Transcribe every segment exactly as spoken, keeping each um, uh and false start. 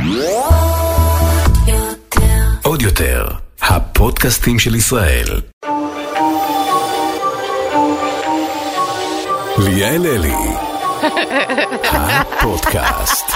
עוד יותר, הפודקאסטים של ישראל. ליאל אלי, הפודקאסט.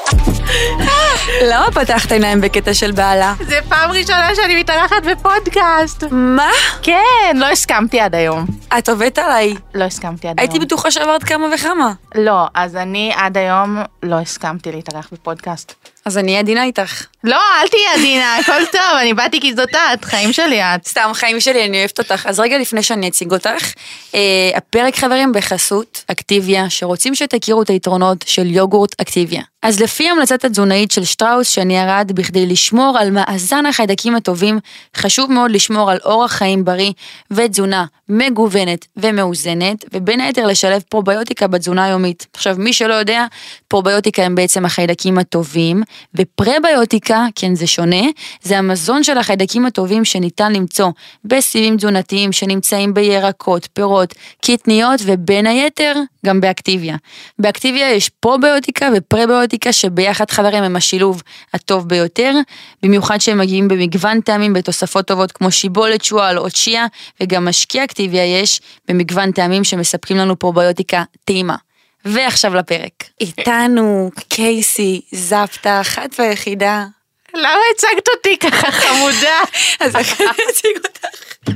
למה פתחת עיניים בקטע של בעלה? זה פעם ראשונה שאני מתארחת בפודקאסט. מה? כן, לא הסכמתי עד היום. את עובדת עליי. לא הסכמתי עד הייתי היום. בטוחה שעברת כמה וכמה. לא, אז אני עד היום לא הסכמתי להתארח בפודקאסט. אז אני עדינה איתך. לא, אל תהיה עדינה, הכל טוב, אני באתי כי זאת את, חיים שלי את. סתם חיים שלי, אני אוהבת אותך. אז רגע לפני שאני אציג אותך, אה, הפרק חברים בחסות אקטיביה, שרוצים שתכירו את היתרונות של יוגורט אקטיביה. אז לפי המלצת התזונאית של שטראוס שאני ארד, בכדי לשמור על מאזן החיידקים הטובים, חשוב מאוד לשמור על אורח חיים בריא ותזונה מגוונת ומאוזנת, ובין היתר לשלב פרוביוטיקה בתזונה היומית. עכשיו, מי שלא יודע, פרוביוטיקה הם בעצם החיידקים הטובים, ופרביוטיקה, כן זה שונה, זה המזון של החיידקים הטובים שניתן למצוא בסיבים תזונתיים שנמצאים בירקות, פירות, קטניות, ובין היתר גם באקטיביה. באקטיביה יש פרוביוטיקה ופרביוטיקה שביחד חברים הם השילוב הטוב ביותר, במיוחד שהם מגיעים במגוון טעמים בתוספות טובות כמו שיבולת, שועל או צ'יה, וגם משקיע אקטיביה יש במגוון טעמים שמספקים לנו פרוביוטיקה טעימה. ועכשיו לפרק. איתנו קייסי זפתה, אחת והיחידה. למה הצגת אותי ככה חמודה? אז איך אני אציג אותך?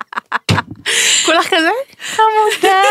כולך כזה? חמודה.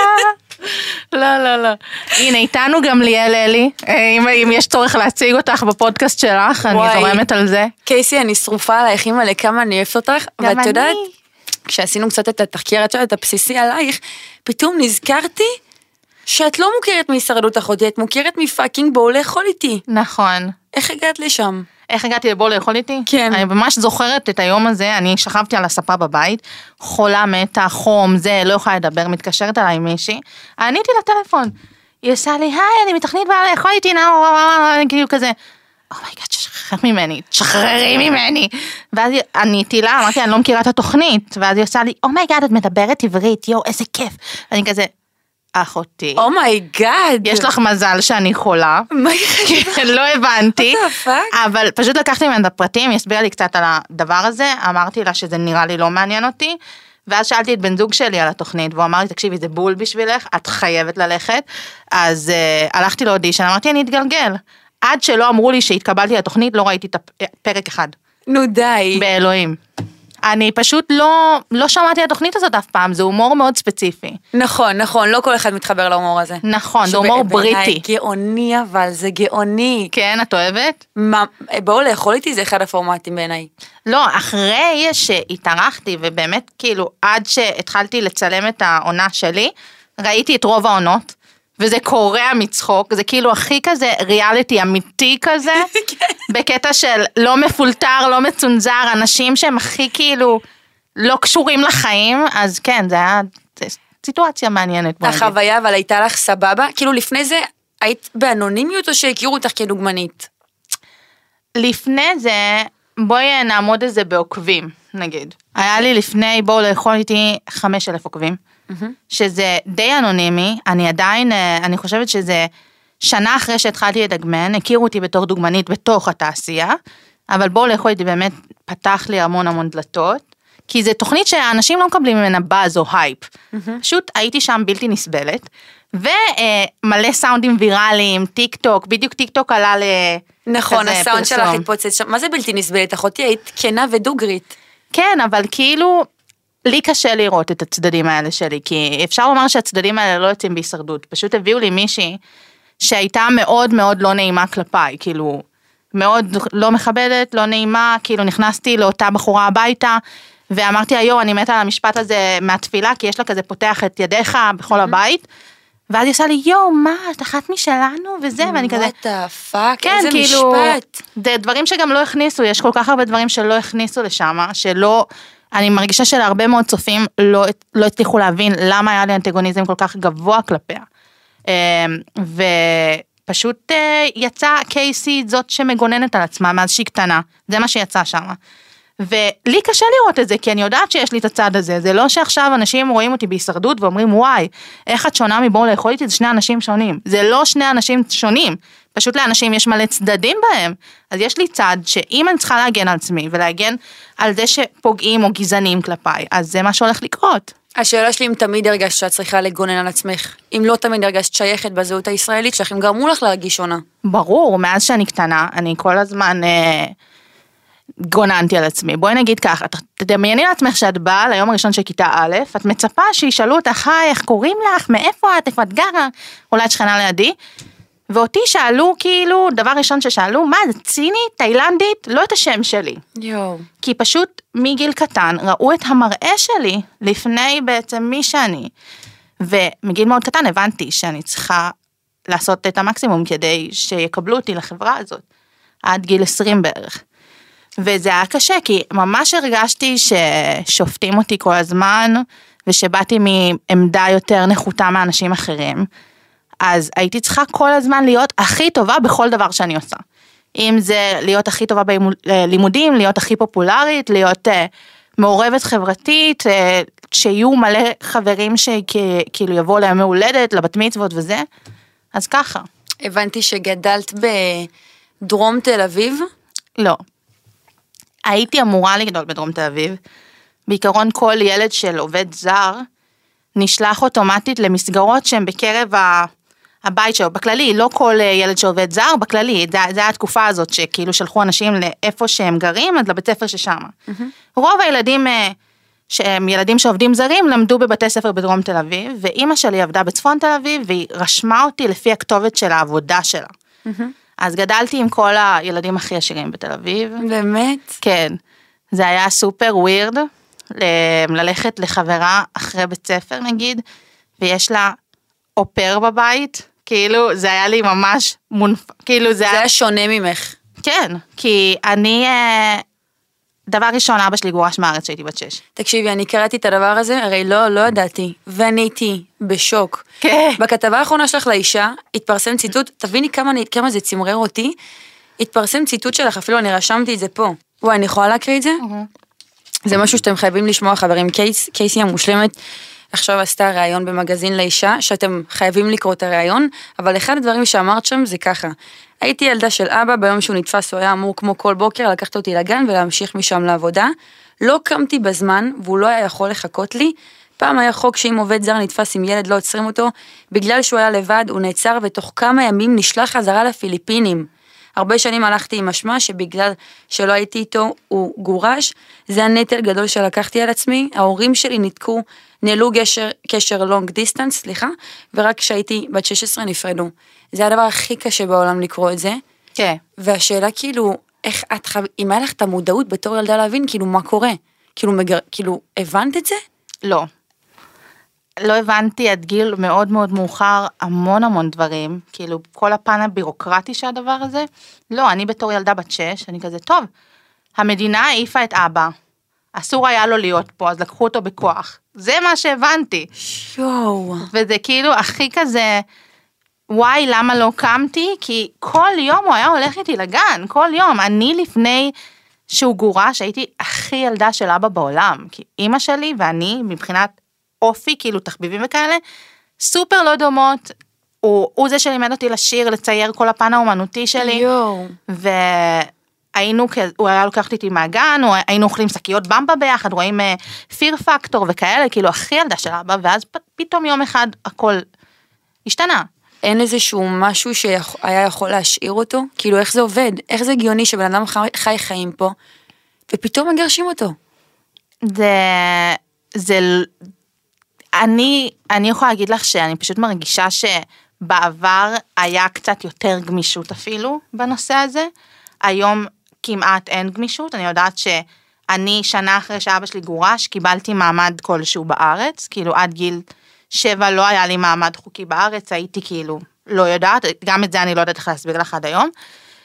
לא, לא, לא. הנה, איתנו גם ליאל אלי. אם, אם יש צורך להציג אותך בפודקאסט שלך, אני זורמת על זה. קייסי, אני שרופה עלייך, אימא, לכמה אני אוהבת אותך. גם ואת יודעת, אני. כשעשינו קצת את התחקיר, את יודעת, הבסיסי עלייך, פתאום נזכרתי שאת לא מוכרת מהישרדות אחותי, את מוכרת מפאקינג בואו לאכול איתי. נכון. איך הגעת לשם? איך הגעתי לבוא לאכול איתי? כן. אני ממש זוכרת את היום הזה, אני שכבתי על הספה בבית, חולה מתה, חום, זה, לא יכולה לדבר, מתקשרת עליי מישהי, עניתי לטלפון, היא עושה לי, היי, אני מתכנית באה לאכול איתי, אני כאילו כזה, אומייגאד, שחרר ממני, שחררי ממני, ואז עניתי לה, אמרתי, אני לא מכירה את התוכנית, ואז היא עושה לי, אומייגאד, את מדברת עברית, יו, איזה כיף, אני כזה, אחותי. אומייגאד. יש לך מזל שאני חולה. מה היא חשבה? לא הבנתי. What the fuck? אבל פשוט לקחתי ממנה את הפרטים, היא הסבירה לי קצת על הדבר הזה, אמרתי לה שזה נראה לי לא מעניין אותי, ואז שאלתי את בן זוג שלי על התוכנית, והוא אמר לי, תקשיבי, זה בול בשבילך, את חייבת ללכת, אז uh, הלכתי לאודישן, אמרתי, אני אתגלגל. עד שלא אמרו לי שהתקבלתי לתוכנית, לא ראיתי את הפרק אחד. נו די. באלוהים. אני פשוט לא, לא שמעתי את התוכנית הזאת אף פעם, זה הומור מאוד ספציפי. נכון, נכון, לא כל אחד מתחבר להומור הזה. נכון, זה הומור בריטי. גאוני, אבל זה גאוני. כן, את אוהבת? מה, בואו לאכול איתי, זה אחד הפורמטים בעיניי. לא, אחרי שהתארחתי, ובאמת כאילו, עד שהתחלתי לצלם את העונה שלי, ראיתי את רוב העונות, וזה קורע מצחוק, זה כאילו הכי כזה ריאליטי אמיתי כזה, בקטע של לא מפולטר, לא מצונזר, אנשים שהם הכי כאילו לא קשורים לחיים, אז כן, זה היה סיטואציה מעניינת. החוויה, אבל הייתה לך סבבה? כאילו לפני זה, היית באנונימיות או שהכירו אותך כדוגמנית? לפני זה, בואי נעמוד את זה בעוקבים, נגיד. היה לי לפני, בואו לאכול איתי חמש אלף עוקבים. שזה די אנונימי, אני עדיין, אני חושבת שזה שנה אחרי שהתחלתי לדגמן, הכירו אותי בתור דוגמנית בתוך התעשייה, אבל בואו לאכול איתי באמת פתח לי המון המון דלתות, כי זה תוכנית שהאנשים לא מקבלים ממנה באז או הייפ, פשוט הייתי שם בלתי נסבלת, ומלא סאונדים ויראליים, טיק טוק, בדיוק טיק טוק עלה ל... נכון, הסאונד שלך התפוצץ שם, מה זה בלתי נסבלת? אחותי היית כנה ודוגרית. כן, אבל כאילו... לי קשה לראות את הצדדים האלה שלי, כי אפשר לומר שהצדדים האלה לא יוצאים בהישרדות, פשוט הביאו לי מישהי שהייתה מאוד מאוד לא נעימה כלפיי, כאילו מאוד לא מכבדת, לא נעימה, כאילו נכנסתי לאותה בחורה הביתה, ואמרתי היו, אני מתה על המשפט הזה מהתפילה, כי יש לה כזה פותח את ידיך בכל הבית, ואז היא עושה לי, יו, מה, את אחת משלנו, וזה, ואני כזה... What the fuck, כן, איזה כאילו, משפט. זה דברים שגם לא הכניסו, יש כל כך הרבה דברים שלא הכניסו לשם, שלא... אני מרגישה שלהרבה מאוד צופים לא, לא הצליחו להבין למה היה לי אנטגוניזם כל כך גבוה כלפיה. ופשוט יצא קייסי זאת שמגוננת על עצמה מאז שהיא קטנה, זה מה שיצא שם. ולי קשה לראות את זה, כי אני יודעת שיש לי את הצד הזה, זה לא שעכשיו אנשים רואים אותי בהישרדות ואומרים, וואי, איך את שונה מבואו לאכול איתי, זה שני אנשים שונים. זה לא שני אנשים שונים, פשוט לאנשים יש מלא צדדים בהם, אז יש לי צד שאם אני צריכה להגן על עצמי, ולהגן על זה שפוגעים או גזענים כלפיי, אז זה מה שהולך לקרות. השאלה שלי אם תמיד הרגשת שאת צריכה לגונן על עצמך, אם לא תמיד הרגשת שייכת בזהות הישראלית שלך, אם גרמו לך להרגיש שונה. ברור, מאז שאני קטנה, אני כל הזמן אה, גוננתי על עצמי. בואי נגיד ככה, תדמייני לעצמך שאת באה ליום הראשון של כיתה א', את מצפה שישאלו אותך, היי, איך קוראים לך, מאיפה את, איפה את גרה, אולי את שכנה לידי, ואותי שאלו כאילו, דבר ראשון ששאלו, מה, זה צינית, תאילנדית, לא את השם שלי. יו. כי פשוט מגיל קטן ראו את המראה שלי לפני בעצם מי שאני. ומגיל מאוד קטן הבנתי שאני צריכה לעשות את המקסימום כדי שיקבלו אותי לחברה הזאת. עד גיל עשרים בערך. וזה היה קשה כי ממש הרגשתי ששופטים אותי כל הזמן, ושבאתי מעמדה יותר נחותה מאנשים אחרים. אז הייתי צריכה כל הזמן להיות הכי טובה בכל דבר שאני עושה. אם זה להיות הכי טובה בלימודים, להיות הכי פופולרית, להיות uh, מעורבת חברתית, uh, שיהיו מלא חברים שכאילו יבואו להם מהולדת, לבת מצוות וזה, אז ככה. הבנתי שגדלת בדרום תל אביב? לא. הייתי אמורה לגדול בדרום תל אביב, בעיקרון כל ילד של עובד זר, נשלח אוטומטית למסגרות שהן בקרב ה... הבית שלו, בכללי, לא כל ילד שעובד זר, בכללי, זה, זה התקופה הזאת שכאילו שלחו אנשים לאיפה שהם גרים, עד לבית ספר ששם. Mm-hmm. רוב הילדים שהם ילדים שעובדים זרים, למדו בבתי ספר בדרום תל אביב, ואימא שלי עבדה בצפון תל אביב, והיא רשמה אותי לפי הכתובת של העבודה שלה. Mm-hmm. אז גדלתי עם כל הילדים הכי עשירים בתל אביב. באמת? כן. זה היה סופר ווירד, ללכת לחברה אחרי בית ספר נגיד, ויש לה אופר בבית, כאילו זה היה לי ממש מונפ... כאילו זה, זה היה... היה שונה ממך. כן, כי אני, דבר ראשון, אבא שלי גורש מארץ שהייתי בת שש. תקשיבי, אני קראתי את הדבר הזה, הרי לא, לא ידעתי, ואני הייתי בשוק. כן. בכתבה האחרונה שלך לאישה, התפרסם ציטוט, תביני כמה, כמה זה צמרר אותי, התפרסם ציטוט שלך, אפילו אני רשמתי את זה פה. וואי, אני יכולה להקריא את זה? זה משהו שאתם חייבים לשמוע, חברים. קייס, קייסי המושלמת, עכשיו עשתה ראיון במגזין לאישה, שאתם חייבים לקרוא את הראיון, אבל אחד הדברים שאמרת שם זה ככה, הייתי ילדה של אבא, ביום שהוא נתפס, הוא היה אמור כמו כל בוקר, לקחת אותי לגן ולהמשיך משם לעבודה, לא קמתי בזמן, והוא לא היה יכול לחכות לי, פעם היה חוק שאם עובד זר נתפס עם ילד לא עוצרים אותו, בגלל שהוא היה לבד, הוא נעצר ותוך כמה ימים נשלח חזרה לפיליפינים. הרבה שנים הלכתי עם משמע שבגלל שלא הייתי איתו הוא גורש, זה הנטל גדול שלקחתי על עצמי, ההורים שלי נתקו, נעלו גשר, קשר לונג דיסטנס, סליחה, ורק כשהייתי בת שש עשרה נפרדו. זה הדבר הכי קשה בעולם לקרוא את זה. כן. והשאלה כאילו, איך את חו... אם היה לך את המודעות בתור ילדה להבין, כאילו מה קורה? כאילו, מגר... כאילו, הבנת את זה? לא. לא הבנתי עד גיל מאוד מאוד מאוחר המון המון דברים, כאילו כל הפן הבירוקרטי שהדבר הזה, לא, אני בתור ילדה בת שש, אני כזה, טוב, המדינה העיפה את אבא, אסור היה לו להיות פה, אז לקחו אותו בכוח, זה מה שהבנתי. יואו. וזה כאילו הכי כזה, וואי, למה לא קמתי? כי כל יום הוא היה הולך איתי לגן, כל יום, אני לפני שהוא גורש, הייתי הכי ילדה של אבא בעולם, כי אמא שלי ואני, מבחינת אופי, כאילו תחביבים וכאלה, סופר לא דומות, הוא, הוא זה שלימד אותי לשיר, לצייר כל הפן האומנותי שלי, יואו. והיינו, הוא היה לוקח אותי מהגן, היינו אוכלים שקיות במבה ביחד, רואים פיר פקטור וכאלה, כאילו הכי ילדה של אבא, ואז פתאום יום אחד הכל השתנה. אין איזשהו משהו שהיה יכול להשאיר אותו? כאילו איך זה עובד? איך זה הגיוני שבן אדם חי, חי חיים פה, ופתאום מגרשים אותו? זה, זה, אני, אני יכולה להגיד לך שאני פשוט מרגישה שבעבר היה קצת יותר גמישות אפילו בנושא הזה, היום כמעט אין גמישות, אני יודעת שאני שנה אחרי שאבא שלי גורש, קיבלתי מעמד כלשהו בארץ, כאילו עד גיל שבע לא היה לי מעמד חוקי בארץ, הייתי כאילו לא יודעת, גם את זה אני לא יודעת איך להסביר לך עד היום,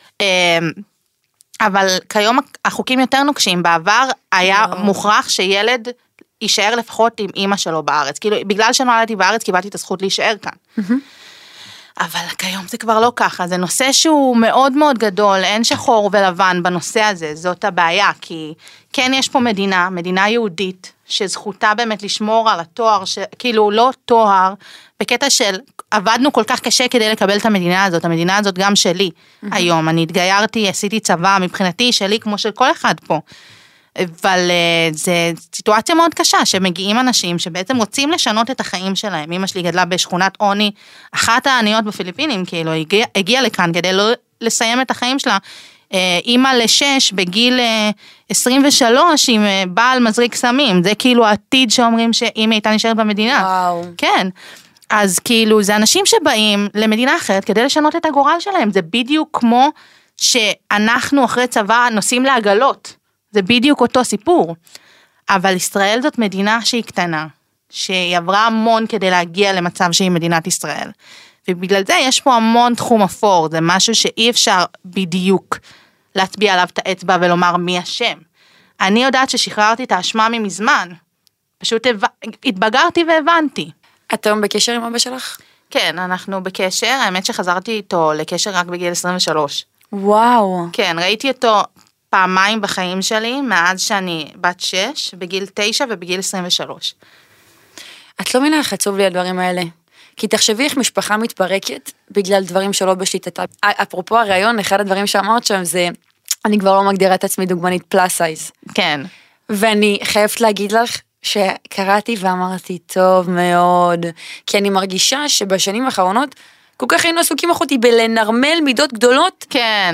אבל כיום החוקים יותר נוקשים, בעבר היה מוכרח שילד יישאר לפחות עם אמא שלו בארץ, כאילו בגלל שנולדתי בארץ קיבלתי את הזכות להישאר כאן. אבל כיום זה כבר לא ככה, זה נושא שהוא מאוד מאוד גדול, אין שחור ולבן בנושא הזה, זאת הבעיה, כי כן יש פה מדינה, מדינה יהודית, שזכותה באמת לשמור על התואר, ש... כאילו לא תואר, בקטע של עבדנו כל כך קשה כדי לקבל את המדינה הזאת, המדינה הזאת גם שלי mm-hmm. היום, אני התגיירתי, עשיתי צבא, מבחינתי שלי כמו של כל אחד פה, אבל uh, זו סיטואציה מאוד קשה, שמגיעים אנשים שבעצם רוצים לשנות את החיים שלהם, אמא שלי גדלה בשכונת עוני, אחת העניות בפיליפינים, כאילו הגיעה הגיע לכאן כדי לא לסיים את החיים שלה, uh, אמא לשש בגיל uh, עשרים ושלוש עם uh, בעל מזריק סמים, זה כאילו העתיד שאומרים שאמא הייתה נשארת במדינה, וואו. כן, אז כאילו זה אנשים שבאים למדינה אחרת כדי לשנות את הגורל שלהם, זה בדיוק כמו שאנחנו אחרי צבא נוסעים לעגלות, זה בדיוק אותו סיפור, אבל ישראל זאת מדינה שהיא קטנה, שהיא עברה המון כדי להגיע למצב שהיא מדינת ישראל, ובגלל זה יש פה המון תחום אפור, זה משהו שאי אפשר בדיוק להטביע עליו את האצבע ולומר מי השם. אני יודעת ששחררתי את האשמה ממזמן, פשוט התבגרתי והבנתי. את היום בקשר עם אבא שלך? כן, אנחנו בקשר, האמת שחזרתי איתו לקשר רק בגיל עשרים ושלוש. וואו. כן, ראיתי אותו פעמיים בחיים שלי, מאז שאני בת שש, בגיל תשע ובגיל עשרים ושלוש. את לא מבינה איך עצוב לי הדברים האלה. כי תחשבי איך משפחה מתפרקת בגלל דברים שלא בשליטתה. אפרופו הרעיון, אחד הדברים שאמרת שם זה, אני כבר לא מגדירה את עצמי דוגמנית פלאס סייז. כן. ואני חייבת להגיד לך שקראתי ואמרתי טוב מאוד, כי אני מרגישה שבשנים האחרונות, כל כך היינו עסוקים אחותי בלנרמל מידות גדולות, כן.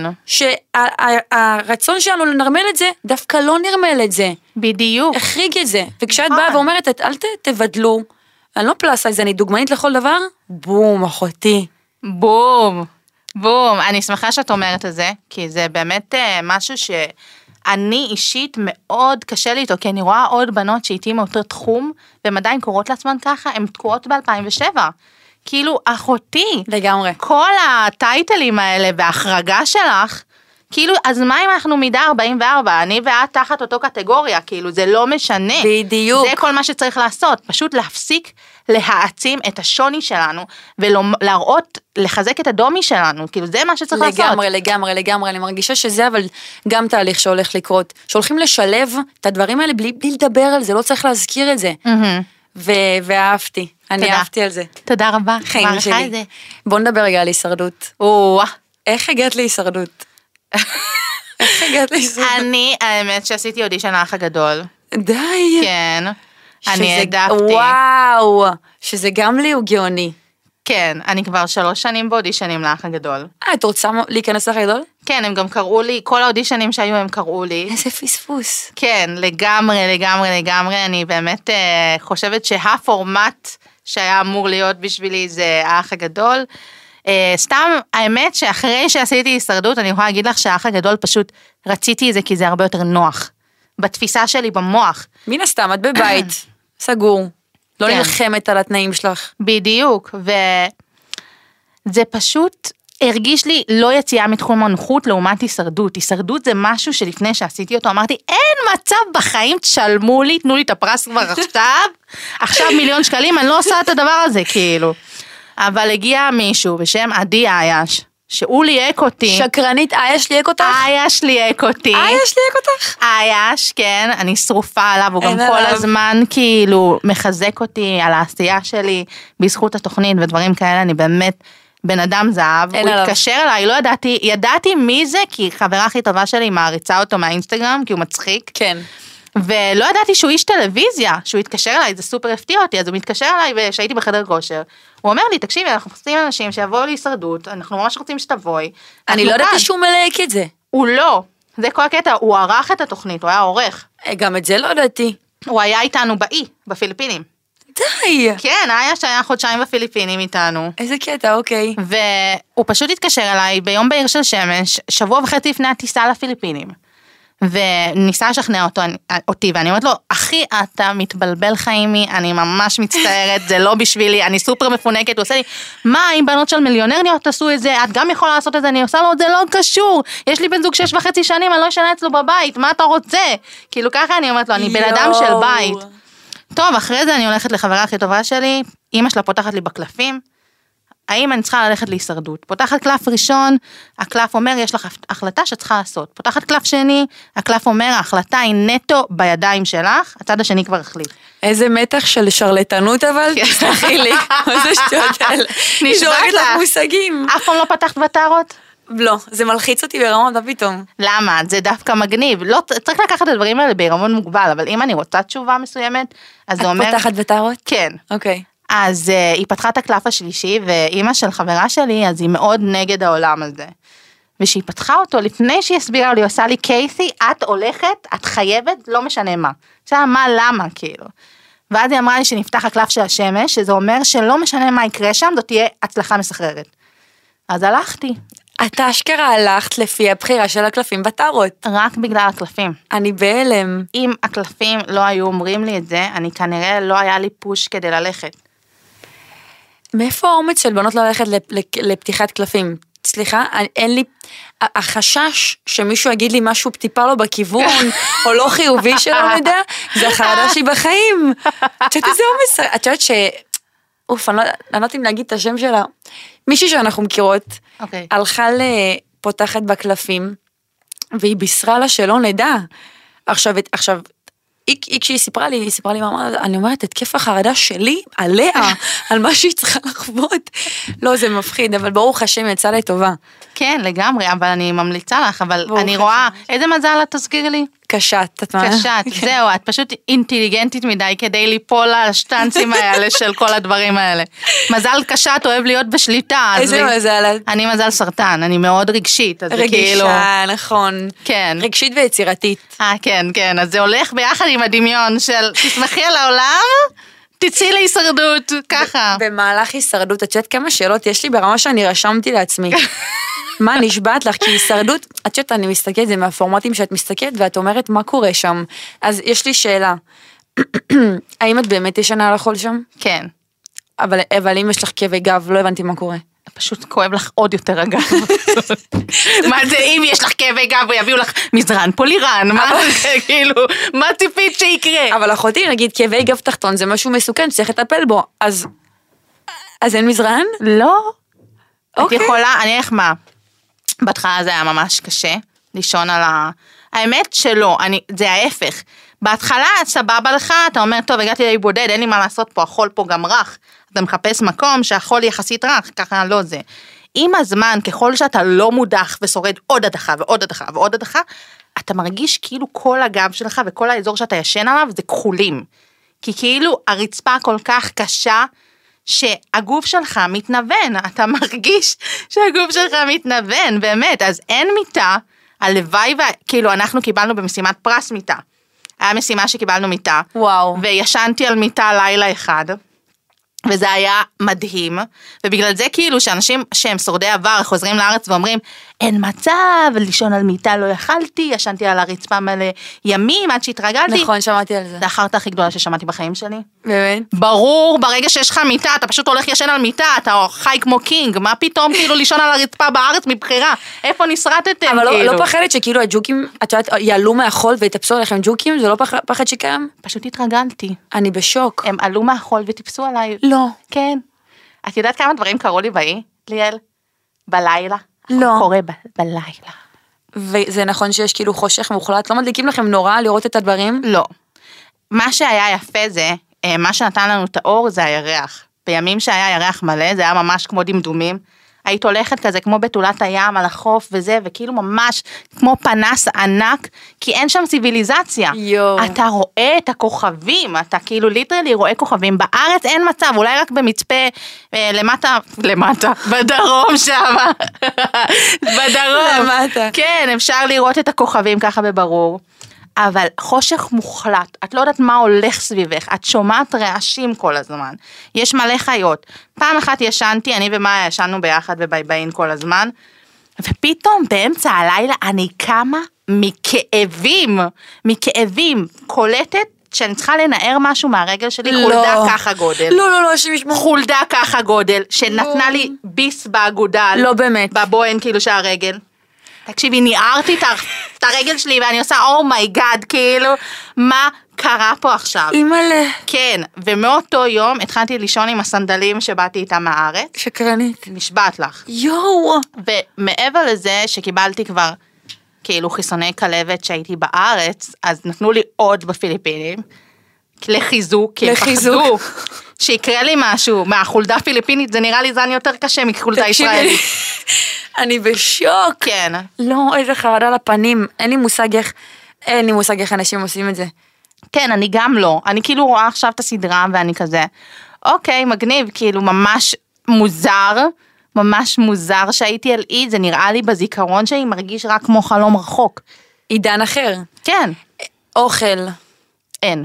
שהרצון שלנו לנרמל את זה, דווקא לא נרמל את זה. בדיוק. החריג את זה. וכשאת באה ואומרת, אל תבדלו, אני לא פלאס, אז אני דוגמנית לכל דבר, בום, אחותי. בום, בום. אני שמחה שאת אומרת את זה, כי זה באמת משהו שאני אישית מאוד קשה לי איתו, כי אני רואה עוד בנות שאיתי מאותו תחום, והן עדיין קורות לעצמן ככה, הן תקועות ב-אלפיים ושבע. כאילו, אחותי, לגמרי. כל הטייטלים האלה וההחרגה שלך, כאילו, אז מה אם אנחנו מידה ארבעים וארבע, אני ואת תחת אותו קטגוריה, כאילו, זה לא משנה. בדיוק. זה כל מה שצריך לעשות, פשוט להפסיק להעצים את השוני שלנו, ולהראות, לחזק את הדומי שלנו, כאילו, זה מה שצריך לעשות. לגמרי, לגמרי, לגמרי, אני מרגישה שזה, אבל גם תהליך שהולך לקרות, שהולכים לשלב את הדברים האלה, בלי, בלי לדבר על זה, לא צריך להזכיר את זה. ו- ואהבתי, אני אהבתי על זה. תודה רבה. חיים שלי. בוא נדבר רגע על הישרדות. או-אה. איך הגעת להישרדות? איך הגעת להישרדות? אני, האמת שעשיתי אודישן האח הגדול. די. כן. אני העדפתי. וואו, שזה גם לי הוא גאוני. כן, אני כבר שלוש שנים באודישנים לאח הגדול. אה, את רוצה להיכנס לאח הגדול? כן, הם גם קראו לי, כל האודישנים שהיו הם קראו לי. איזה פספוס. כן, לגמרי, לגמרי, לגמרי, אני באמת אה, חושבת שהפורמט שהיה אמור להיות בשבילי זה האח הגדול. אה, סתם, האמת שאחרי שעשיתי הישרדות, אני יכולה להגיד לך שהאח הגדול פשוט רציתי את זה כי זה הרבה יותר נוח. בתפיסה שלי במוח. מן הסתם, את בבית, סגור. לא נלחמת על התנאים שלך. בדיוק, וזה פשוט הרגיש לי לא יציאה מתחום הנוחות לעומת הישרדות. הישרדות זה משהו שלפני שעשיתי אותו, אמרתי, אין מצב בחיים, תשלמו לי, תנו לי את הפרס כבר עכשיו, עכשיו מיליון שקלים, אני לא עושה את הדבר הזה, כאילו. אבל הגיע מישהו בשם עדי אייש, שהוא ליהק אותי. שקרנית, אייש ליהק אותך? אייש ליהק אותי. אייש ליהק אותך? אייש, כן, אני שרופה עליו, הוא גם כל הזמן כאילו מחזק אותי על העשייה שלי, בזכות התוכנית ודברים כאלה, אני באמת בן אדם זהב, הוא התקשר אליי, לא ידעתי, ידעתי מי זה, כי חברה הכי טובה שלי מעריצה אותו מהאינסטגרם, כי הוא מצחיק. כן. ולא ידעתי שהוא איש טלוויזיה, שהוא התקשר אליי, זה סופר הפתיע אותי, אז הוא מתקשר אליי ושהייתי בחדר כושר, הוא אומר לי, תקשיבי, אנחנו מחפשים אנשים שיבואו להישרדות, אנחנו ממש רוצים שתבואי. אני לא ידעתי שהוא מלהק את זה. הוא לא, זה כל הקטע, הוא ערך את התוכנית, הוא היה עורך. גם את זה לא ידעתי. הוא היה איתנו באי, בפיליפינים. די. כן, היה שהיה חודשיים בפיליפינים איתנו. איזה קטע, אוקיי. והוא פשוט התקשר אליי ביום בעיר של שמש, שבוע וחצי לפני הטיסה לפיליפינים. וניסה לשכנע אותו, אותי, ואני אומרת לו, אחי, אתה מתבלבל חיימי, אני ממש מצטערת, זה לא בשבילי, אני סופר מפונקת, הוא עושה לי, מה, אם בנות של מיליונריות תעשו את זה, את גם יכולה לעשות את זה, אני עושה לו, זה לא קשור, יש לי בן זוג שש וחצי שנים, אני לא ישנה אצלו בבית, מה אתה רוצה? כאילו ככה אני אומרת לו, אני בן אדם של בית. טוב, אחרי זה אני הולכת לחברה הכי טובה שלי, אמא שלה פותחת לי בקלפים, האם אני צריכה ללכת להישרדות? פותחת קלף ראשון, הקלף אומר, יש לך החלטה שצריכה לעשות. פותחת קלף שני, הקלף אומר, ההחלטה היא נטו בידיים שלך, הצד השני כבר החליט. איזה מתח של שרלטנות אבל, תסלחי לי, מה זה שטויות האלה? נשבעת לך מושגים. אף פעם לא פתחת בטרות? לא, זה מלחיץ אותי ברמות, מה פתאום? למה? זה דווקא מגניב. לא, צריך לקחת את הדברים האלה בעירמון מוגבל, אבל אם אני רוצה תשובה מסוימת, אז זה אומר... את פותחת בטרות? כן. אוקיי. אז uh, היא פתחה את הקלף השלישי, ואימא של חברה שלי, אז היא מאוד נגד העולם הזה. ושהיא פתחה אותו, לפני שהיא הסבירה לי, עושה לי, קייסי, את הולכת, את חייבת, לא משנה מה. זה מה, למה, כאילו. ואז היא אמרה לי שנפתח הקלף של השמש, שזה אומר שלא משנה מה יקרה שם, זאת תהיה הצלחה מסחררת. אז הלכתי. אתה אשכרה הלכת לפי הבחירה של הקלפים בטרות. רק בגלל הקלפים. אני בהלם. אם הקלפים לא היו אומרים לי את זה, אני כנראה לא היה לי פוש כדי ללכת. מאיפה האומץ של בנות ללכת לפתיחת קלפים? סליחה, אין לי, החשש שמישהו יגיד לי משהו טיפה לא בכיוון, או לא חיובי שלא נדע, זה החרדה שהיא בחיים. את יודעת איזה אומץ, את יודעת ש... אוף, אני לא יודעת אם להגיד את השם שלה. מישהי שאנחנו מכירות, הלכה לפותחת בקלפים, והיא בישרה לה שלא נדע. עכשיו, עכשיו, היא, היא כשהיא סיפרה לי, היא סיפרה לי, מה, אני אומרת, את כיף החרדה שלי עליה, על מה שהיא צריכה לחוות. לא, זה מפחיד, אבל ברוך השם יצא לי טובה. כן, לגמרי, אבל אני ממליצה לך, אבל אני רואה, איזה מזל את תזכיר לי? קשת, את מה? קשת, זהו, את פשוט אינטליגנטית מדי כדי ליפול על השטנצים האלה של כל הדברים האלה. מזל קשת אוהב להיות בשליטה. איזה מזל? אני מזל סרטן, אני מאוד רגשית. רגישה, נכון. כן. רגשית ויצירתית. אה, כן, כן, אז זה הולך ביחד עם הדמיון של תשמחי על העולם, תצאי להישרדות, ככה. במהלך הישרדות, את יודעת כמה שאלות יש לי ברמה שאני רשמתי לעצמי. מה, נשבעת לך? כי הישרדות, את יודעת, אני מסתכלת, זה מהפורמטים שאת מסתכלת, ואת אומרת, מה קורה שם? אז יש לי שאלה, האם את באמת ישנה על החול שם? כן. אבל, אבל אם יש לך כאבי גב, לא הבנתי מה קורה. פשוט כואב לך עוד יותר הגב. מה זה, אם יש לך כאבי גב, ויביאו לך מזרן פולירן, מה זה, כאילו, מה ציפית שיקרה? אבל אחותי, נגיד, כאבי גב תחתון, זה משהו מסוכן, צריך לטפל בו, אז, אז אין מזרן? לא. את יכולה, אני איך מה? בהתחלה זה היה ממש קשה, לישון על ה... האמת שלא, אני, זה ההפך. בהתחלה סבבה לך, אתה אומר, טוב, הגעתי לאי בודד, אין לי מה לעשות פה, החול פה גם רך. אתה מחפש מקום שהחול יחסית רך, ככה לא זה. עם הזמן, ככל שאתה לא מודח ושורד עוד הדחה ועוד הדחה ועוד הדחה, אתה מרגיש כאילו כל הגב שלך וכל האזור שאתה ישן עליו זה כחולים. כי כאילו הרצפה כל כך קשה, שהגוף שלך מתנוון, אתה מרגיש שהגוף שלך מתנוון, באמת, אז אין מיטה, הלוואי, כאילו אנחנו קיבלנו במשימת פרס מיטה, היה משימה שקיבלנו מיטה, וואו. וישנתי על מיטה לילה אחד, וזה היה מדהים, ובגלל זה כאילו שאנשים שהם שורדי עבר חוזרים לארץ ואומרים, אין מצב, לישון על מיטה לא יכלתי, ישנתי על הרצפה מלא ימים עד שהתרגלתי. נכון, שמעתי על זה. זה החרטה הכי גדולה ששמעתי בחיים שלי. באמת? ברור, ברגע שיש לך מיטה, אתה פשוט הולך ישן על מיטה, אתה חי כמו קינג, מה פתאום כאילו לישון על הרצפה בארץ מבחירה? איפה נשרטתם? אבל כאילו? לא, לא פחדת שכאילו הג'וקים, את יודעת, יעלו מהחול ויתפסו עליכם ג'וקים? זה לא פח, פחד שקיים? פשוט התרגלתי. אני בשוק. הם עלו מהחול וטיפסו עליי. לא. כן. את יודעת כמה דברים קראו לי באי, ליאל? בלילה. לא. קורה ב- בלילה. וזה נכון שיש כאילו חושך מוחלט, לא מדליקים לכם נורא לראות את הדברים? לא. מה שהיה יפה זה, מה שנתן לנו את האור זה הירח. בימים שהיה ירח מלא, זה היה ממש כמו דמדומים. היית הולכת כזה כמו בתולת הים על החוף וזה, וכאילו ממש כמו פנס ענק, כי אין שם ציביליזציה. יו. אתה רואה את הכוכבים, אתה כאילו ליטרלי רואה כוכבים. בארץ אין מצב, אולי רק במצפה אה, למטה, למטה, בדרום שם. בדרום. למטה. כן, אפשר לראות את הכוכבים ככה בברור. אבל חושך מוחלט, את לא יודעת מה הולך סביבך, את שומעת רעשים כל הזמן, יש מלא חיות, פעם אחת ישנתי, אני ומאיה ישנו ביחד ובייבאין כל הזמן, ופתאום באמצע הלילה אני קמה מכאבים, מכאבים, קולטת שאני צריכה לנער משהו מהרגל שלי, לא. חולדה ככה גודל. לא, לא, לא, שמשמע. חולדה ככה גודל, שנתנה לי ביס באגודל. לא באמת. בבוהן כאילו שהרגל. תקשיבי, ניערתי את הרגל שלי, ואני עושה, אומייגאד, כאילו, מה קרה פה עכשיו? אימא'לה. כן, ומאותו יום התחלתי לישון עם הסנדלים שבאתי איתם מהארץ. שקרנית. נשבעת לך. יואו. ומעבר לזה שקיבלתי כבר כאילו חיסוני כלבת שהייתי בארץ, אז נתנו לי עוד בפיליפינים, לחיזוק, כי לחיזוק. פחדו שיקרה לי משהו מהחולדה פיליפינית, זה נראה לי זן יותר קשה מחולדה ישראלית. אני בשוק. כן. לא, איזה חרדה לפנים, אין לי מושג איך, אין לי מושג איך אנשים עושים את זה. כן, אני גם לא. אני כאילו רואה עכשיו את הסדרה ואני כזה, אוקיי, מגניב, כאילו ממש מוזר, ממש מוזר שהייתי על אי, זה נראה לי בזיכרון שלי מרגיש רק כמו חלום רחוק. עידן אחר. כן. אוכל. אין.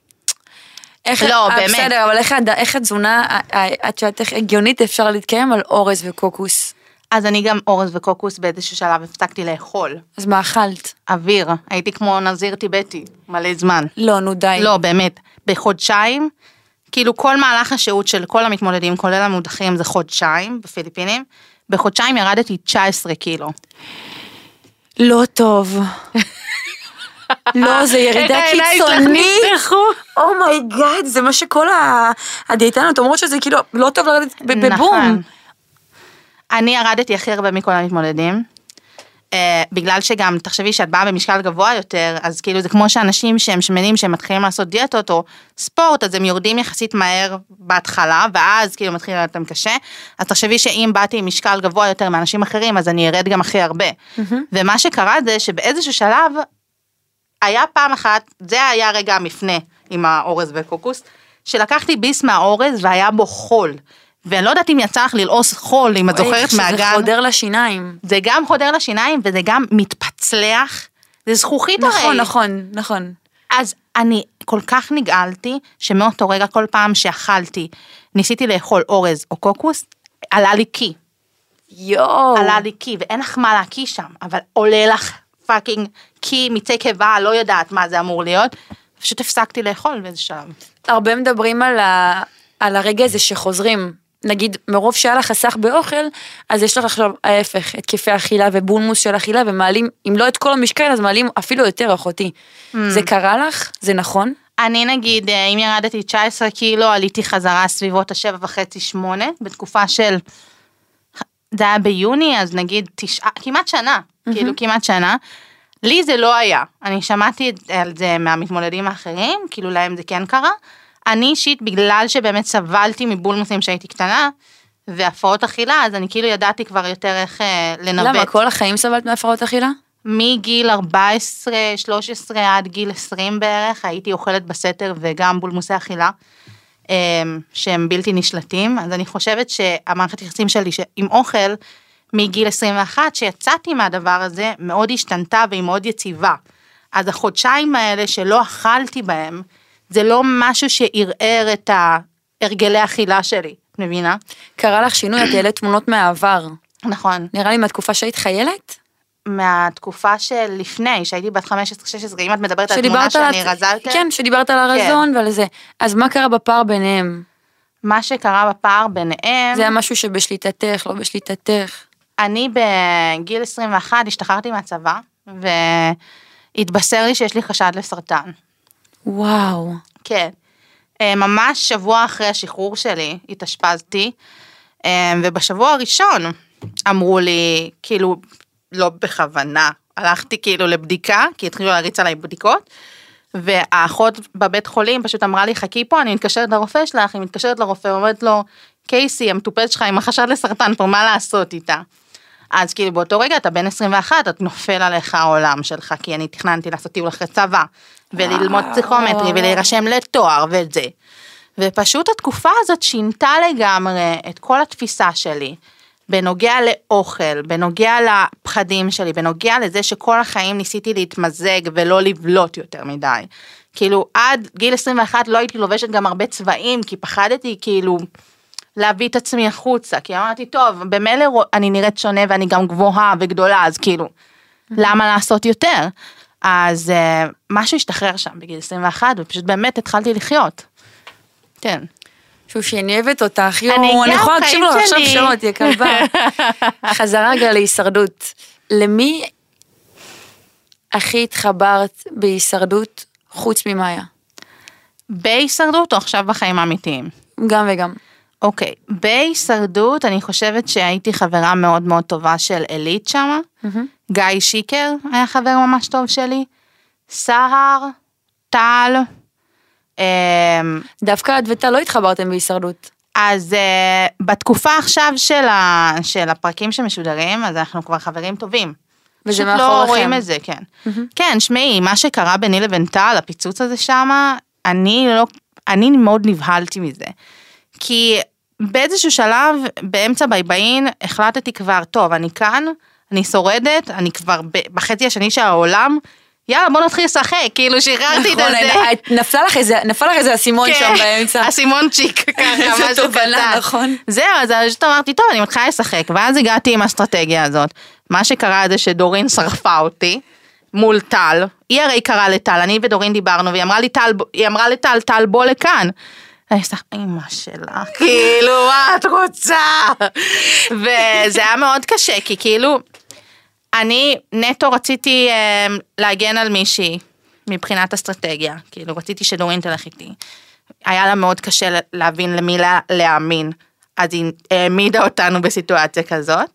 איך, לא, אה, באמת. בסדר, אבל איך, איך התזונה, את שאת איך הגיונית אפשר להתקיים על אורז וקוקוס? אז אני גם אורז וקוקוס באיזשהו שלב הפסקתי לאכול. אז מה אכלת? אוויר, הייתי כמו נזיר טיבטי, מלא זמן. לא, נו די. לא, באמת, בחודשיים, כאילו כל מהלך השהות של כל המתמודדים, כולל המודחים, זה חודשיים בפיליפינים, בחודשיים ירדתי תשע עשרה קילו. לא טוב. לא, זה ירידה קיצונית. אומייגאד, זה מה שכל הדיאטנות אומרות שזה כאילו לא טוב לרדת בבום. אני ירדתי הכי הרבה מכל המתמודדים, בגלל שגם, תחשבי שאת באה במשקל גבוה יותר, אז כאילו זה כמו שאנשים שהם שמנים, שהם מתחילים לעשות דיאטות או ספורט, אז הם יורדים יחסית מהר בהתחלה, ואז כאילו מתחילים לרדם קשה, אז תחשבי שאם באתי עם משקל גבוה יותר מאנשים אחרים, אז אני ארד גם הכי הרבה. ומה שקרה זה שבאיזשהו שלב, היה פעם אחת, זה היה רגע המפנה עם האורז וקוקוס, שלקחתי ביס מהאורז והיה בו חול, ואני לא יודעת אם יצא לך ללעוס חול, אם את זוכרת מהגן. זה חודר לשיניים. זה גם חודר לשיניים, וזה גם מתפצלח, זה זכוכית הרי. נכון, נכון, נכון. אז אני כל כך נגעלתי, שמאותו רגע כל פעם שאכלתי, ניסיתי לאכול אורז או קוקוס, עלה לי קי. יואו. עלה לי קי, ואין לך מה להקיא שם, אבל עולה לך פאקינג קי, מיצי קיבה, לא יודעת מה זה אמור להיות, פשוט הפסקתי לאכול באיזה שלב. הרבה מדברים על, ה... על הרגע הזה שחוזרים, נגיד מרוב שהיה לך חסך באוכל, אז יש לך עכשיו ההפך, התקפי אכילה ובולמוס של אכילה, ומעלים, אם לא את כל המשקל, אז מעלים אפילו יותר אחותי. Mm. זה קרה לך? זה נכון? אני נגיד, אם ירדתי תשע עשרה קילו, עליתי חזרה סביבות השבע וחצי שמונה, בתקופה של, זה היה ביוני, אז נגיד תשעה, כמעט שנה, mm-hmm. כאילו כמעט שנה, לי זה לא היה, אני שמעתי על זה מהמתמודדים האחרים, כאילו להם זה כן קרה, אני אישית, בגלל שבאמת סבלתי מבולמוסים שהייתי קטנה, והפרעות אכילה, אז אני כאילו ידעתי כבר יותר איך אה, לנבט. למה, כל החיים סבלת מהפרעות אכילה? מגיל ארבע עשרה, שלוש עשרה עד גיל עשרים בערך, הייתי אוכלת בסתר וגם בולמוסי אכילה, אה, שהם בלתי נשלטים, אז אני חושבת שהמערכת יחסים שלי עם אוכל, מגיל עשרים ואחת, שיצאתי מהדבר הזה, מאוד השתנתה והיא מאוד יציבה. אז החודשיים האלה שלא אכלתי בהם, זה לא משהו שערער את הרגלי אכילה שלי, מבינה? קרה לך שינוי, את העלית תמונות מהעבר. נכון. נראה לי מהתקופה שהיית חיילת? מהתקופה של לפני, שהייתי בת חמש עשרה שש עשרה, אם את מדברת על תמונה שאני רזלתי. כן, שדיברת על הרזון ועל זה. אז מה קרה בפער ביניהם? מה שקרה בפער ביניהם... זה היה משהו שבשליטתך, לא בשליטתך. אני בגיל עשרים ואחת השתחררתי מהצבא, והתבשר לי שיש לי חשד לסרטן. וואו. כן. ממש שבוע אחרי השחרור שלי התאשפזתי, ובשבוע הראשון אמרו לי, כאילו, לא בכוונה, הלכתי כאילו לבדיקה, כי התחילו להריץ עליי בדיקות, והאחות בבית חולים פשוט אמרה לי, חכי פה, אני מתקשרת לרופא שלך, היא מתקשרת לרופא, אומרת לו, קייסי, המטופלת שלך עם החשד לסרטן, פה מה לעשות איתה? אז כאילו באותו רגע אתה בן עשרים ואחת, את נופל עליך העולם שלך, כי אני תכננתי לעשות טיול אחרי צבא, וללמוד פסיכומטרי, ולהירשם לתואר ואת זה. ופשוט התקופה הזאת שינתה לגמרי את כל התפיסה שלי, בנוגע לאוכל, בנוגע לפחדים שלי, בנוגע לזה שכל החיים ניסיתי להתמזג ולא לבלוט יותר מדי. כאילו עד גיל עשרים ואחת לא הייתי לובשת גם הרבה צבעים, כי פחדתי כאילו להביא את עצמי החוצה, כי אמרתי, טוב, במילא אני נראית שונה ואני גם גבוהה וגדולה, אז כאילו, למה לעשות יותר? אז uh, משהו השתחרר שם בגיל עשרים ואחת, ופשוט באמת התחלתי לחיות. כן. שוב, שאני אוהבת אותך, יו, אני אני יכולה להקשיב לו, חיים עכשיו שלי. שומעות, יא כלבה. חזרה רגע להישרדות. למי הכי התחברת בהישרדות חוץ ממאיה? בהישרדות או עכשיו בחיים האמיתיים? גם וגם. אוקיי, בהישרדות אני חושבת שהייתי חברה מאוד מאוד טובה של אלית שמה, גיא שיקר היה חבר ממש טוב שלי, סהר, טל, דווקא את וטל לא התחברתם בהישרדות. אז uh, בתקופה עכשיו של, ה, של הפרקים שמשודרים, אז אנחנו כבר חברים טובים. וזה מאחוריכם. לא רואים את זה, כן. Mm-hmm. כן, שמעי, מה שקרה ביני לבין טל, הפיצוץ הזה שמה, אני לא, אני מאוד נבהלתי מזה. כי באיזשהו שלב, באמצע בייביין, החלטתי כבר, טוב, אני כאן, אני שורדת, אני כבר בחצי השני של העולם, יאללה, בוא נתחיל לשחק, כאילו שחררתי את זה. נפל לך איזה, נפל לך איזה אסימון שם באמצע. אסימון צ'יק, ככה, משהו קטן. נכון. זהו, אז פשוט אמרתי, טוב, אני מתחילה לשחק, ואז הגעתי עם האסטרטגיה הזאת. מה שקרה זה שדורין שרפה אותי, מול טל, היא הרי קראה לטל, אני ודורין דיברנו, והיא אמרה לי, טל, היא אמרה לטל, טל, בוא לכאן. אני אסתכל, אמא שלה, כאילו, מה את רוצה? וזה היה מאוד קשה, כי כאילו, אני נטו רציתי אה, להגן על מישהי מבחינת אסטרטגיה, כאילו רציתי שדורין תלך איתי. היה לה מאוד קשה להבין למי לה, להאמין, אז היא העמידה אותנו בסיטואציה כזאת.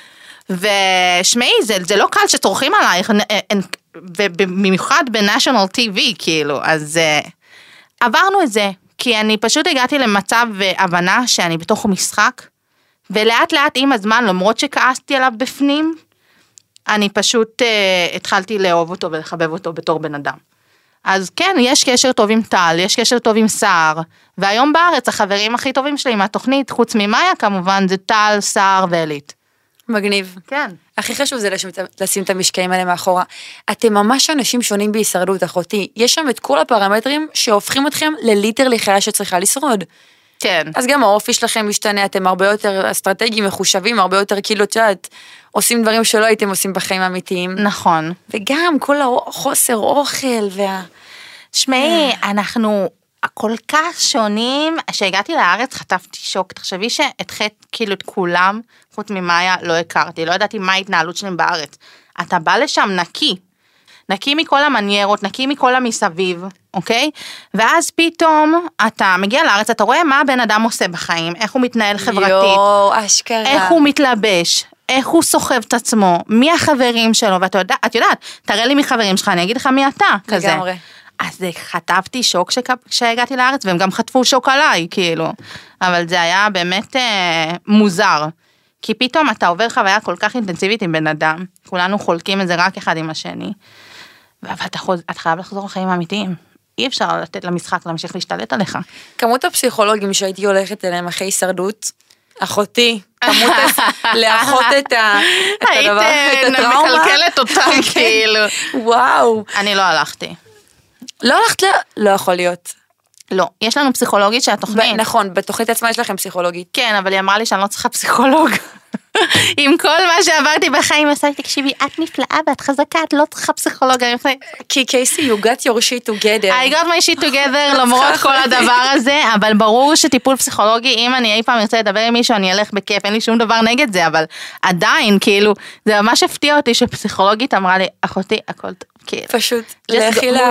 ושמעי, זה, זה לא קל שצורכים עלייך, ובמיוחד בנשיונל טי וי, כאילו, אז אה, עברנו את זה, כי אני פשוט הגעתי למצב והבנה שאני בתוך משחק, ולאט לאט עם הזמן, למרות שכעסתי עליו בפנים, אני פשוט uh, התחלתי לאהוב אותו ולחבב אותו בתור בן אדם. אז כן, יש קשר טוב עם טל, יש קשר טוב עם סער, והיום בארץ החברים הכי טובים שלי מהתוכנית, חוץ ממאיה כמובן, זה טל, סער ואלית. מגניב. כן. הכי חשוב זה לשים את המשקעים האלה מאחורה. אתם ממש אנשים שונים בהישרדות, אחותי. יש שם את כל הפרמטרים שהופכים אתכם לליטר לחיה שצריכה לשרוד. כן. אז גם האופי שלכם משתנה, אתם הרבה יותר אסטרטגיים, מחושבים, הרבה יותר כאילו, תשעת, עושים דברים שלא הייתם עושים בחיים האמיתיים. נכון. וגם כל החוסר אוכל וה... שמעי, אנחנו כל כך שונים, כשהגעתי לארץ חטפתי שוק, תחשבי שאת חטא כאילו את כולם, חוץ ממאיה, לא הכרתי, לא ידעתי מה ההתנהלות שלהם בארץ. אתה בא לשם נקי, נקי מכל המניירות, נקי מכל המסביב, אוקיי? ואז פתאום אתה מגיע לארץ, אתה רואה מה הבן אדם עושה בחיים, איך הוא מתנהל חברתית. יו, אשכרה. איך הוא מתלבש, איך הוא סוחב את עצמו, מי החברים שלו, ואת יודעת, את יודעת, תראה לי מי חברים שלך, אני אגיד לך מי אתה, כזה. לגמרי. אז חטפתי שוק כשהגעתי לארץ, והם גם חטפו שוק עליי, כאילו. אבל זה היה באמת אה, מוזר. כי פתאום אתה עובר חוויה כל כך אינטנסיבית עם בן אדם, כולנו חולקים את זה רק אחד עם השני, אבל אתה, חוז... אתה חייב לחזור לחיים האמיתיים. אי אפשר לתת למשחק להמשיך להשתלט עליך. כמות הפסיכולוגים שהייתי הולכת אליהם אחרי הישרדות, אחותי, כמות לאחות את הדבר, את הטראומה. היית מקלקלת אותם, כאילו. וואו. אני לא הלכתי. לא הלכת ל... לא יכול להיות. לא, יש לנו פסיכולוגית שהתוכנית. נכון, בתוכנית עצמה יש לכם פסיכולוגית. כן, אבל היא אמרה לי שאני לא צריכה פסיכולוג. עם כל מה שעברתי בחיים, עושה לי, תקשיבי, את נפלאה ואת חזקה, את לא צריכה פסיכולוג. כי קייסי, you got your shit together. I got my shit together, למרות כל הדבר הזה, אבל ברור שטיפול פסיכולוגי, אם אני אי פעם ארצה לדבר עם מישהו, אני אלך בכיף, אין לי שום דבר נגד זה, אבל עדיין, כאילו, זה ממש הפתיע אותי שפסיכולוגית אמרה לי, אחותי, הכל טוב. פשוט, לכי לך.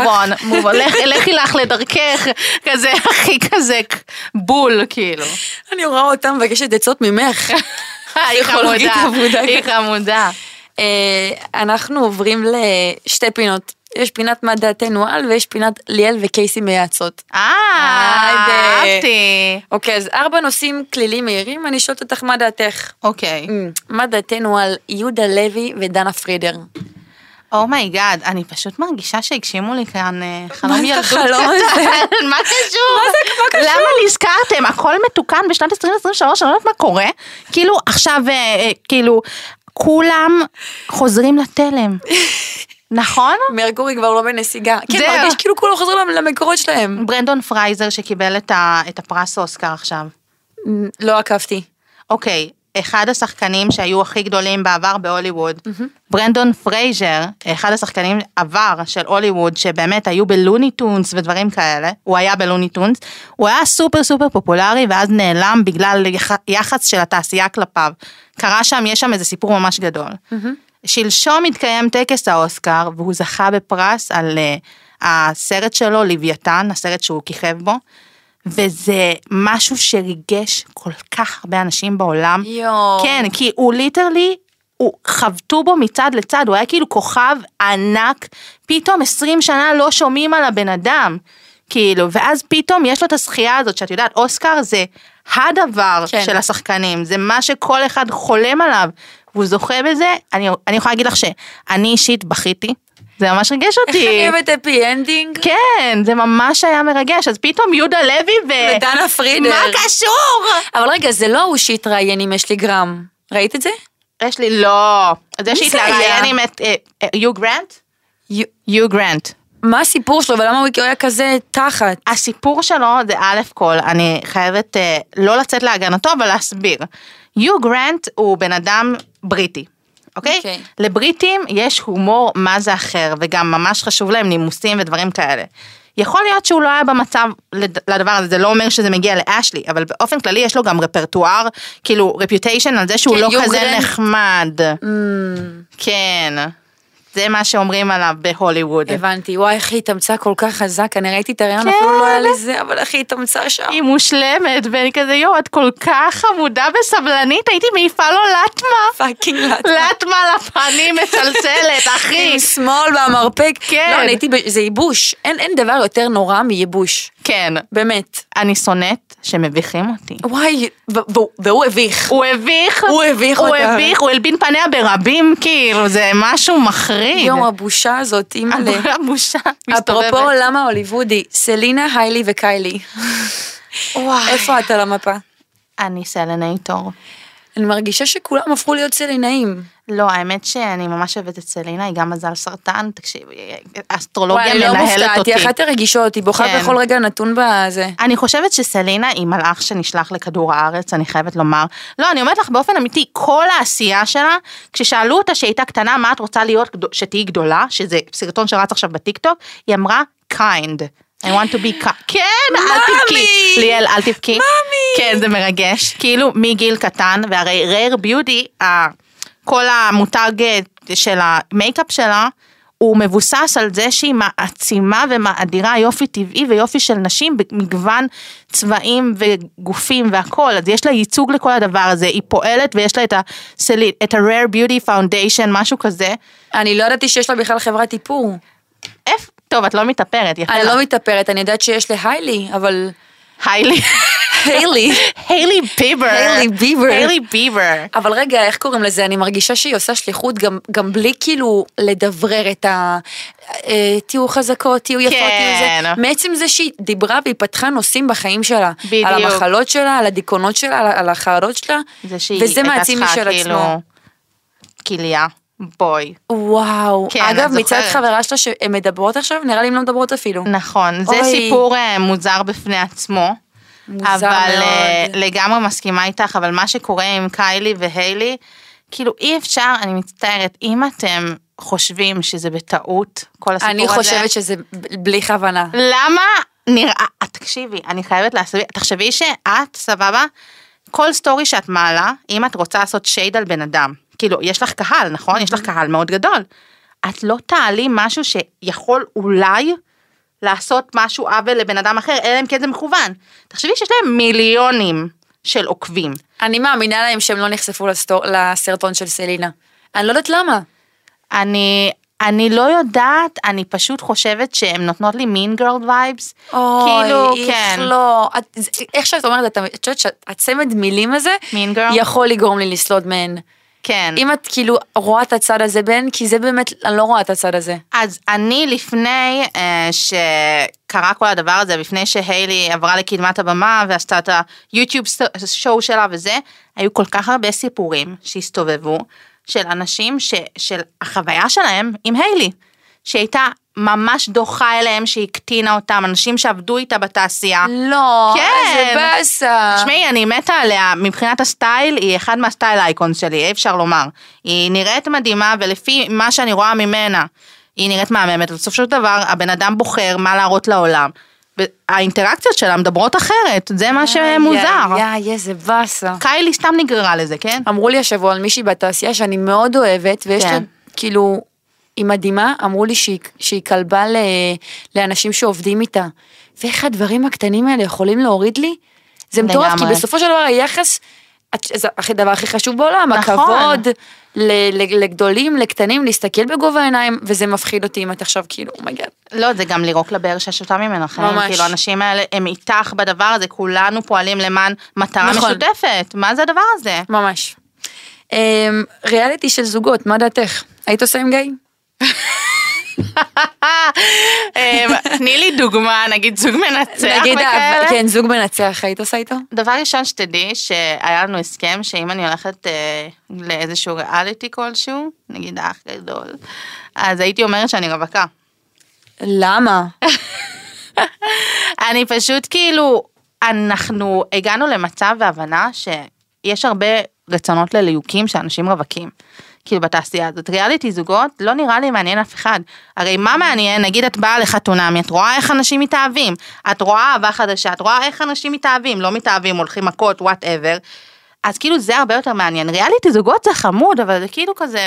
לכי לך לדרכך, כזה, הכי כזה, בול, כאילו. אני רואה אותם מבקשת עצות ממך. היא חמודה, היא חמודה. אנחנו עוברים לשתי פינות. יש פינת מה דעתנו על, ויש פינת ליאל וקייסי מייעצות. אה, אהבתי. אוקיי, אז ארבע נושאים כלילים מהירים, אני שואלת אותך מה דעתך. אוקיי. מה דעתנו על יהודה לוי ודנה פרידר? אומייגאד, אני פשוט מרגישה שהגשימו לי כאן חלום ילדות קטן. מה קשור? למה נזכרתם? הכל מתוקן בשנת עשרים עשרים ושלוש, אני לא יודעת מה קורה. כאילו, עכשיו, כאילו, כולם חוזרים לתלם. נכון? מרקורי כבר לא בנסיגה. כן, מרגיש כאילו כולם חוזרים למקורות שלהם. ברנדון פרייזר שקיבל את הפרס אוסקר עכשיו. לא עקבתי. אוקיי. אחד השחקנים שהיו הכי גדולים בעבר בהוליווד, ברנדון פרייזר, אחד השחקנים עבר של הוליווד, שבאמת היו בלוני טונס ודברים כאלה, הוא היה בלוני טונס, הוא היה סופר סופר פופולרי, ואז נעלם בגלל יחס של התעשייה כלפיו. קרה שם, יש שם איזה סיפור ממש גדול. שלשום התקיים טקס האוסקר, והוא זכה בפרס על, הסרט שלו, לוויתן, הסרט שהוא כיכב בו, וזה משהו שריגש כל כך הרבה אנשים בעולם. יו. כן, כי הוא ליטרלי, הוא חבטו בו מצד לצד, הוא היה כאילו כוכב ענק, פתאום עשרים שנה לא שומעים על הבן אדם, כאילו, ואז פתאום יש לו את השחייה הזאת, שאת יודעת, אוסקר זה הדבר כן. של השחקנים, זה מה שכל אחד חולם עליו, והוא זוכה בזה, אני, אני יכולה להגיד לך שאני אישית בכיתי, זה ממש רגש אותי. איך אני אוהבת אפי אנדינג? כן, זה ממש היה מרגש, אז פתאום יהודה לוי ו... ודנה פרידר. מה קשור? אבל רגע, זה לא הוא שהתראיין עם יש לי גרם. ראית את זה? יש לי, לא. זה זה שהתראיין עם את יו גרנט? יו גרנט. מה הסיפור שלו ולמה הוא היה כזה תחת? הסיפור שלו זה א' כל, אני חייבת לא לצאת להגנתו, אבל להסביר. יו גרנט הוא בן אדם בריטי. אוקיי? Okay? Okay. לבריטים יש הומור מה זה אחר, וגם ממש חשוב להם נימוסים ודברים כאלה. יכול להיות שהוא לא היה במצב לדבר הזה, זה לא אומר שזה מגיע לאשלי, אבל באופן כללי יש לו גם רפרטואר, כאילו רפיוטיישן על זה שהוא כן, לא כזה גרנט. נחמד. Mm. כן. זה מה שאומרים עליו בהוליווד. הבנתי, וואי, איך היא התאמצה כל כך חזק, אני ראיתי את הרעיון, אפילו לא היה לזה, אבל איך היא התאמצה שם. היא מושלמת, ואני כזה, יו, את כל כך חמודה וסבלנית, הייתי מעיפה לו לטמה. פאקינג לטמה. לטמה לפנים מצלצלת, אחי. עם שמאל והמרפק. כן. לא, אני הייתי, זה ייבוש, אין, אין דבר יותר נורא מייבוש. כן. באמת. אני שונאת שמביכים אותי. וואי, והוא הביך. הוא הביך. הוא הביך אותה. הוא הביך, הוא הלבין פניה ברבים, כאילו, זה משהו מחריד. יום, הבושה הזאת, אימא'לה. הבושה מסתובבת. אפרופו עולם ההוליוודי, סלינה, היילי וקיילי. וואי. איפה אתה למפה? אני סלנייטור. אני מרגישה שכולם הפכו להיות סלינאים. לא, האמת שאני ממש אוהבת את סלינה, היא גם מזל סרטן, תקשיבי, אסטרולוגיה מנהלת אותי. וואי, אני לא מופתעת, היא אחת הרגישות, היא בוכה כן. בכל רגע נתון בזה. אני חושבת שסלינה היא מלאך שנשלח לכדור הארץ, אני חייבת לומר. לא, אני אומרת לך באופן אמיתי, כל העשייה שלה, כששאלו אותה שהייתה קטנה, מה את רוצה להיות שתהי גדולה, שזה סרטון שרץ עכשיו בטיקטוק, היא אמרה, kind. I want to be kind. כן, אל תבכי. ליאל, אל תבכי. ממי. כן, זה מרגש. כאילו, מגיל קטן, והרי rare beauty, כל המותג של המייקאפ שלה, הוא מבוסס על זה שהיא מעצימה ומאדירה יופי טבעי ויופי של נשים במגוון צבעים וגופים והכל, אז יש לה ייצוג לכל הדבר הזה, היא פועלת ויש לה את ה-Rare את ה- Beauty Foundation, משהו כזה. אני לא ידעתי שיש לה בכלל חברת איפור. איפה? טוב, את לא מתאפרת. אני לא מתאפרת, אני יודעת שיש להיילי, אבל... היילי. היילי. היילי ביבר. היילי ביבר. היילי ביבר. אבל רגע, איך קוראים לזה? אני מרגישה שהיא עושה שליחות גם, גם בלי כאילו לדברר את ה... תהיו חזקות, תהיו יפות, תהיו זה. מעצם זה שהיא דיברה והיא פתחה נושאים בחיים שלה. בדיוק. על המחלות שלה, על הדיכאונות שלה, על החרדות שלה. זה שהיא וזה מעצים משל עצמו. כליה. בוי. וואו. כן, אגב, מצד חברה שלה שהן מדברות עכשיו, נראה לי הן לא מדברות אפילו. נכון, זה אוי. סיפור מוזר בפני עצמו. מוזר אבל מאוד. לגמרי מסכימה איתך, אבל מה שקורה עם קיילי והיילי, כאילו אי אפשר, אני מצטערת, אם אתם חושבים שזה בטעות, כל הסיפור הזה. אני חושבת שזה בלי כוונה. למה נראה, תקשיבי, אני חייבת להסביר, תחשבי שאת, סבבה, כל סטורי שאת מעלה, אם את רוצה לעשות שייד על בן אדם, כאילו, יש לך קהל, נכון? יש לך קהל מאוד גדול. את לא תעלי משהו שיכול אולי לעשות משהו עוול לבן אדם אחר, אלא אם כן זה מכוון. תחשבי שיש להם מיליונים של עוקבים. אני מאמינה להם שהם לא נחשפו לסטור, לסרטון של סלינה. אני לא יודעת למה. אני, אני לא יודעת, אני פשוט חושבת שהן נותנות לי mean girl vibes. אוי, כאילו, איך כן. לא. את, איך שאת אומרת, את חושבת שהצמד מילים הזה, mean girl? יכול לגרום לי לסלוד מהן. כן. אם את כאילו רואה את הצד הזה בין, כי זה באמת, אני לא רואה את הצד הזה. אז אני לפני אה, שקרה כל הדבר הזה, לפני שהיילי עברה לקדמת הבמה, ועשתה את היוטיוב שואו שלה וזה, היו כל כך הרבה סיפורים שהסתובבו, של אנשים ש, של החוויה שלהם עם היילי, שהייתה ממש דוחה אליהם, שהיא הקטינה אותם, אנשים שעבדו איתה בתעשייה. לא, כן. זה בסה. תשמעי, אני מתה עליה, מבחינת הסטייל, היא אחד מהסטייל אייקונס שלי, אי אפשר לומר. היא נראית מדהימה, ולפי מה שאני רואה ממנה, היא נראית מהממת, ובסוף של דבר, הבן אדם בוחר מה להראות לעולם. והאינטראקציות שלה מדברות אחרת, זה מה שמוזר. יא, יא, זה בסה. קיילי סתם נגררה לזה, כן? אמרו לי השבוע על מישהי בתעשייה שאני מאוד אוהבת, ויש לה כאילו... היא מדהימה, אמרו לי שהיא, שהיא כלבה ל, לאנשים שעובדים איתה, ואיך הדברים הקטנים האלה יכולים להוריד לי? זה מטורף, כי בסופו של דבר היחס, זה הדבר הכי חשוב בעולם, נכון. הכבוד לגדולים, לקטנים, להסתכל בגובה העיניים, וזה מפחיד אותי אם את עכשיו כאילו, אומייגאד. לא, זה גם לירוק לבאר ששותה ממנו, ממש. כאילו, האנשים האלה, הם איתך בדבר הזה, כולנו פועלים למען מטרה נכון. משותפת. מה זה הדבר הזה? ממש. ריאליטי של זוגות, מה דעתך? היית עושה עם גיא? תני לי דוגמה, נגיד זוג מנצח וכאלה. כן, זוג מנצח, היית עושה איתו? דבר ראשון שתדעי שהיה לנו הסכם שאם אני הולכת לאיזשהו ריאליטי כלשהו, נגיד האח גדול, אז הייתי אומרת שאני רווקה. למה? אני פשוט כאילו, אנחנו הגענו למצב והבנה שיש הרבה רצונות לליוקים שאנשים רווקים. כאילו בתעשייה הזאת, ריאליטי זוגות לא נראה לי מעניין אף אחד, הרי מה מעניין, נגיד את באה לחתונמי, את רואה איך אנשים מתאהבים, את רואה אהבה חדשה, את רואה איך אנשים מתאהבים, לא מתאהבים, הולכים מכות, whatever, אז כאילו זה הרבה יותר מעניין, ריאליטי זוגות זה חמוד, אבל זה כאילו כזה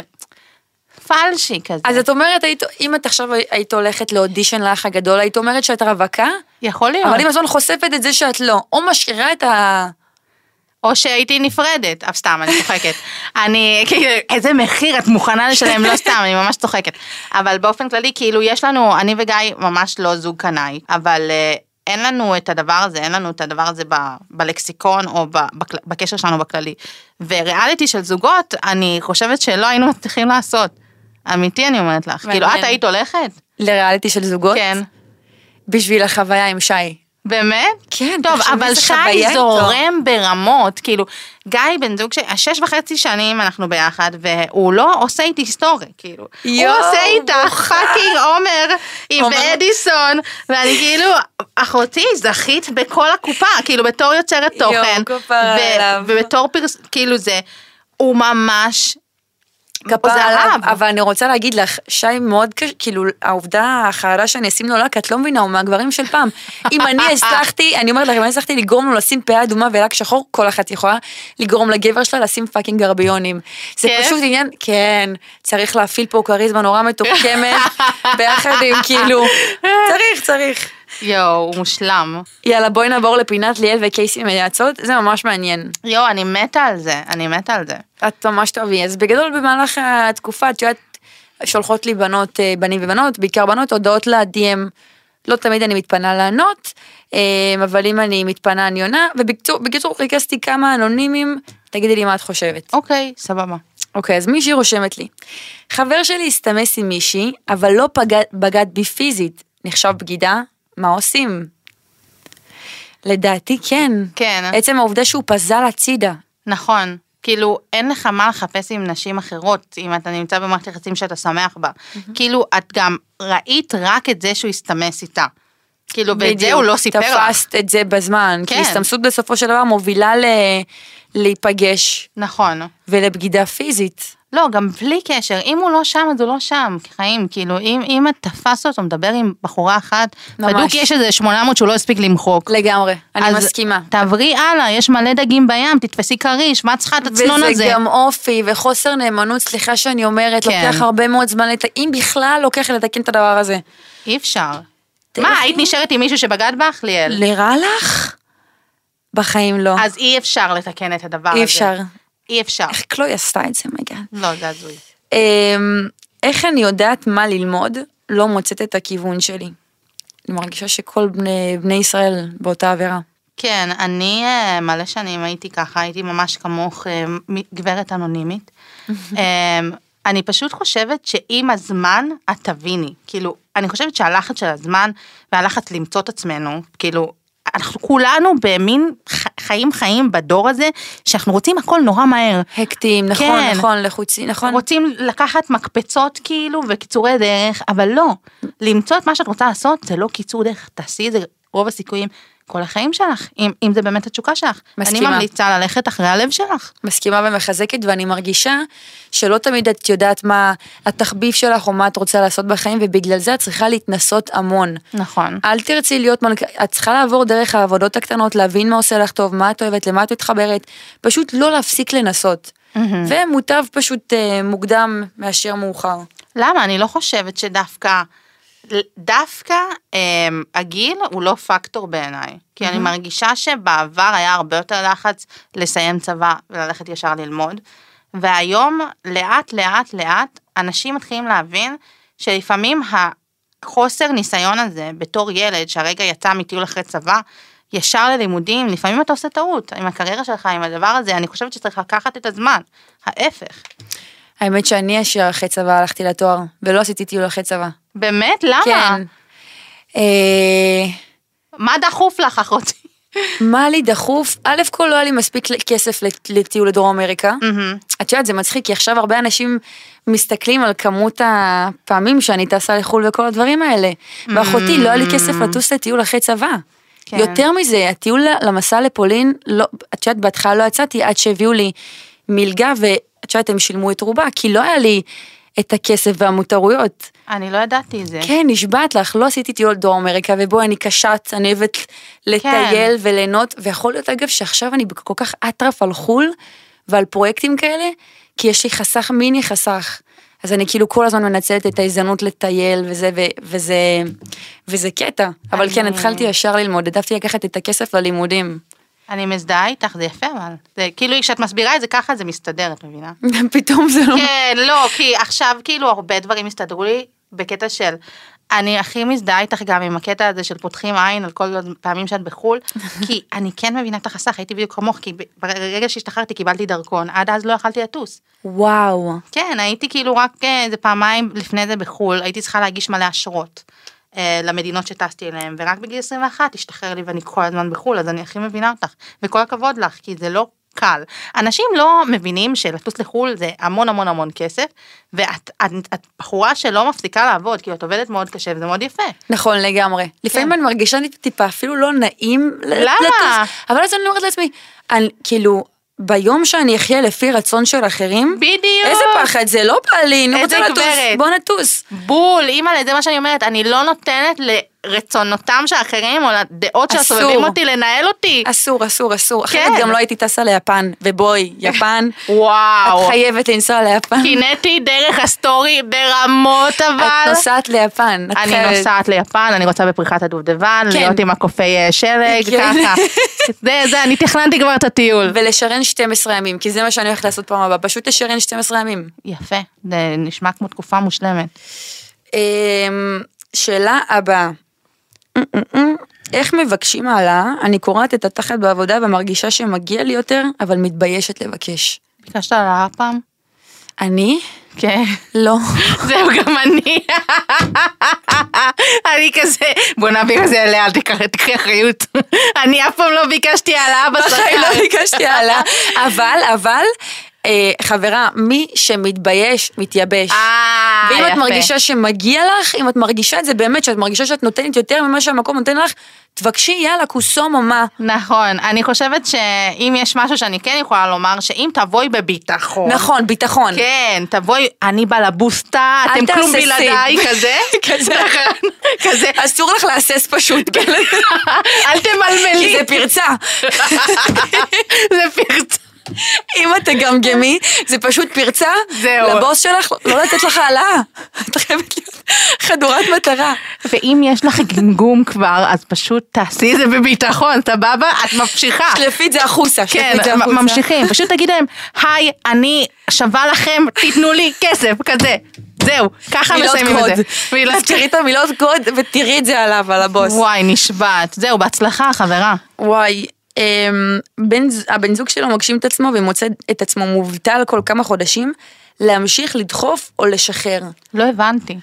פלשי כזה. אז את אומרת, אם את עכשיו היית הולכת לאודישן לאח הגדול, היית אומרת שאת רווקה? יכול להיות. אבל אם הזמן חושפת את זה שאת לא, או משאירה את ה... או שהייתי נפרדת, אף סתם, אני צוחקת. אני, כאילו, איזה מחיר את מוכנה לשלם, לא סתם, אני ממש צוחקת. אבל באופן כללי, כאילו, יש לנו, אני וגיא ממש לא זוג קנאי, אבל אין לנו את הדבר הזה, אין לנו את הדבר הזה ב- בלקסיקון, או ב- בקשר שלנו בכללי. וריאליטי של זוגות, אני חושבת שלא היינו מצליחים לעשות. אמיתי, אני אומרת לך. כאילו, את היית הולכת? לריאליטי של זוגות? כן. בשביל החוויה עם שי. באמת? כן, טוב, אבל שי זורם ברמות, כאילו, גיא בן זוג, שש וחצי שנים אנחנו ביחד, והוא לא עושה איתי היסטורי, כאילו, הוא עושה איתה פאקינג עומר, עם אדיסון, ואני כאילו, אחותי, זכית בכל הקופה, כאילו, בתור יוצרת תוכן, ובתור פרס, כאילו זה, הוא ממש... כפר עליו, אבל אני רוצה להגיד לך, שי מאוד, כאילו, העובדה, החרדה שאני אשים לו לק, את לא מבינה, הוא מהגברים של פעם. אם אני הצלחתי, אני אומרת לך, אם אני הצלחתי לגרום לו לשים פאה אדומה ולק שחור, כל אחת יכולה לגרום לגבר שלה לשים פאקינג גרביונים. זה פשוט עניין, כן, צריך להפעיל פה קריזמה נורא מתוחכמת, ביחד עם כאילו, צריך, צריך. יואו, הוא מושלם. יאללה, בואי נעבור לפינת ליאל וקייסי מייעצות, זה ממש מעניין. יואו, אני מתה על זה, אני מתה על זה. את ממש טובי, אז בגדול במהלך התקופה, את יודעת, שולחות לי בנות, בנים ובנות, בעיקר בנות, הודעות ל-די אם, לא תמיד אני מתפנה לענות, אבל אם אני מתפנה אני עונה, ובקיצור ריכזתי כמה אנונימים, תגידי לי מה את חושבת. אוקיי, סבבה. אוקיי, אז מישהי רושמת לי, חבר שלי הסתמס עם מישהי, אבל לא פגד, בגד בי פיזית, נחשב בגידה, מה עושים? לדעתי כן. כן. עצם העובדה שהוא פזל הצידה. נכון. כאילו, אין לך מה לחפש עם נשים אחרות, אם אתה נמצא במערכת יחסים שאתה שמח בה. כאילו, את גם ראית רק את זה שהוא הסתמס איתה. כאילו, ואת זה הוא לא סיפר לך. תפסת את זה בזמן, כי הסתמסות בסופו של דבר מובילה להיפגש. נכון. ולבגידה פיזית. לא, גם בלי קשר, אם הוא לא שם, אז הוא לא שם, חיים, כאילו, אם, אם את תפס אותו, מדבר עם בחורה אחת, בדוק יש איזה שמונה מאות שהוא לא הספיק למחוק. לגמרי, אני מסכימה. תעברי הלאה, יש מלא דגים בים, תתפסי קריש, מה צריכה את הצנון הזה? וזה גם אופי וחוסר נאמנות, סליחה שאני אומרת, כן. לוקח הרבה מאוד זמן, לת... אם בכלל לוקח לתקן את הדבר הזה. אי אפשר. מה, היית נשארת עם מישהו שבגד בך, ליאל? לרע לך? בחיים לא. אז אי אפשר לתקן את הדבר הזה. אי אפשר. אי אפשר. איך קלוי עשתה את זה, מגן? לא, זה הזוי. איך אני יודעת מה ללמוד, לא מוצאת את הכיוון שלי. אני מרגישה שכל בני, בני ישראל באותה עבירה. כן, אני מלא שנים הייתי ככה, הייתי ממש כמוך גברת אנונימית. אני פשוט חושבת שעם הזמן את תביני, כאילו, אני חושבת שהלחץ של הזמן והלחץ למצוא את עצמנו, כאילו, אנחנו כולנו במין חיים חיים בדור הזה, שאנחנו רוצים הכל נורא מהר. הקטים, נכון, כן. נכון, לחוצי, נכון. רוצים לקחת מקפצות כאילו, וקיצורי דרך, אבל לא. למצוא את מה שאת רוצה לעשות, זה לא קיצור דרך, תעשי את זה רוב הסיכויים, כל החיים שלך, אם, אם זה באמת התשוקה שלך. מסכימה. אני ממליצה ללכת אחרי הלב שלך. מסכימה ומחזקת, ואני מרגישה שלא תמיד את יודעת מה התחביב שלך, או מה את רוצה לעשות בחיים, ובגלל זה את צריכה להתנסות המון. נכון. אל תרצי להיות מלכה, את צריכה לעבור דרך העבודות הקטנות, להבין מה עושה לך טוב, מה את אוהבת, למה את מתחברת, פשוט לא להפסיק לנסות. Mm-hmm. ומוטב פשוט uh, מוקדם מאשר מאוחר. למה? אני לא חושבת שדווקא, דווקא אמ, הגיל הוא לא פקטור בעיניי, כי mm-hmm. אני מרגישה שבעבר היה הרבה יותר לחץ לסיים צבא וללכת ישר ללמוד, והיום לאט לאט לאט אנשים מתחילים להבין שלפעמים החוסר ניסיון הזה בתור ילד שהרגע יצא מטיול אחרי צבא, ישר ללימודים, לפעמים אתה עושה טעות עם הקריירה שלך, עם הדבר הזה, אני חושבת שצריך לקחת את הזמן, ההפך. האמת שאני ישר אחרי צבא הלכתי לתואר, ולא עשיתי טיול אחרי צבא. באמת? למה? כן. מה דחוף לך, אחותי? מה לי דחוף? א' כל לא היה לי מספיק כסף לטיול לדרום אמריקה. את יודעת, זה מצחיק, כי עכשיו הרבה אנשים מסתכלים על כמות הפעמים שאני טסה לחול וכל הדברים האלה. ואחותי, לא היה לי כסף לטוס לטיול אחרי צבא. יותר מזה, הטיול למסע לפולין, את יודעת, בהתחלה לא יצאתי עד שהביאו לי מלגה, ואת יודעת, הם שילמו את רובה, כי לא היה לי את הכסף והמותרויות. אני לא ידעתי את זה. כן, נשבעת לך, לא עשיתי טיול דרום אמריקה, ובו אני קשת, אני אוהבת לטייל וליהנות, ויכול להיות אגב שעכשיו אני כל כך אטרף על חול, ועל פרויקטים כאלה, כי יש לי חסך מיני חסך, אז אני כאילו כל הזמן מנצלת את ההזדמנות לטייל, וזה, וזה, וזה קטע, אבל כן, התחלתי ישר ללמוד, העדפתי לקחת את הכסף ללימודים. אני מזדהה איתך, זה יפה, אבל זה כאילו, כשאת מסבירה את זה ככה, זה מסתדר, את מבינה? פתאום זה לא... כן, לא, כי עכשיו כאילו הרבה דברים הסתדרו לי בקטע של, אני הכי מזדהה איתך גם עם הקטע הזה של פותחים עין על כל פעמים שאת בחול, כי אני כן מבינה את החסך, הייתי בדיוק כמוך, כי ברגע שהשתחררתי קיבלתי דרכון, עד אז לא יכלתי לטוס. וואו. כן, הייתי כאילו רק איזה פעמיים לפני זה בחול, הייתי צריכה להגיש מלא אשרות. למדינות שטסתי אליהם, ורק בגיל עשרים ואחת השתחרר לי ואני כל הזמן בחול, אז אני הכי מבינה אותך, וכל הכבוד לך, כי זה לא קל. אנשים לא מבינים שלטוס לחול זה המון המון המון כסף, ואת את, את בחורה שלא מפסיקה לעבוד, כי את עובדת מאוד קשה, וזה מאוד יפה. נכון, לגמרי. לפעמים אני מרגישה טיפה, אפילו לא נעים למה? לטוס, אבל אז אני אומרת לעצמי, אני, כאילו, ביום שאני אחיה לפי רצון של אחרים, בדיוק. איזה פחד, זה לא בא לי, אני רוצה לטוס, בוא נטוס. בול, אימא, זה מה שאני אומרת, אני לא נותנת לרצונותם של אחרים, או לדעות שהסובבים אותי, לנהל אותי. אסור, אסור, אסור. אחרת גם לא הייתי טסה ליפן, ובואי, יפן, וואו. את חייבת לנסוע ליפן. קינאתי דרך הסטורי ברמות, אבל. את נוסעת ליפן. אני נוסעת ליפן, אני רוצה בפריחת הדובדבן, להיות עם הקופי שלג, ככה. זה, זה, אני תכננתי כבר את הטיול. ולשרן שנים עשר ימים, כי זה מה שאני הולכת לעשות פעם הבאה, פשוט לשרן שנים עשר ימים. יפה, זה נשמע כמו תקופה מושלמת. שאלה הבאה, איך מבקשים העלאה? אני קוראת את התחת בעבודה ומרגישה שמגיע לי יותר, אבל מתביישת לבקש. ביקשת העלאה פעם? אני? כן. לא. זהו, גם אני. אני כזה, בוא נעביר את זה אליה, אל תקחי אחריות. אני אף פעם לא ביקשתי העלאה בשכר. לא ביקשתי העלאה, אבל, אבל, חברה, מי שמתבייש, מתייבש. ואם את מרגישה שמגיע לך, אם את מרגישה את זה באמת, שאת מרגישה שאת נותנת יותר ממה שהמקום נותן לך, תבקשי, יאללה, כוסום או מה. נכון, אני חושבת שאם יש משהו שאני כן יכולה לומר, שאם תבואי בביטחון. נכון, ביטחון. כן, תבואי, אני בלבוסטה, אתם כלום בלעדיי, כזה. כזה. כזה. אסור לך להסס פשוט. אל תמלמלי. כי זה פרצה. זה פרצה. אם אתה גם גמי, זה פשוט פרצה, לבוס שלך, לא לתת לך העלאה, את חייבת להיות חדורת מטרה. ואם יש לך גמגום כבר, אז פשוט תעשי את זה בביטחון, סבבה? את ממשיכה. שלפי את זה החוצה. כן, ממשיכים, פשוט תגיד להם, היי, אני שווה לכם, תיתנו לי כסף, כזה. זהו, ככה מסיימים את זה. תראי את המילות קוד ותראי את זה עליו, על הבוס. וואי, נשבעת. זהו, בהצלחה, חברה. וואי. בן, הבן זוג שלו מגשים את עצמו ומוצא את עצמו מובטל כל כמה חודשים, להמשיך לדחוף או לשחרר. לא הבנתי.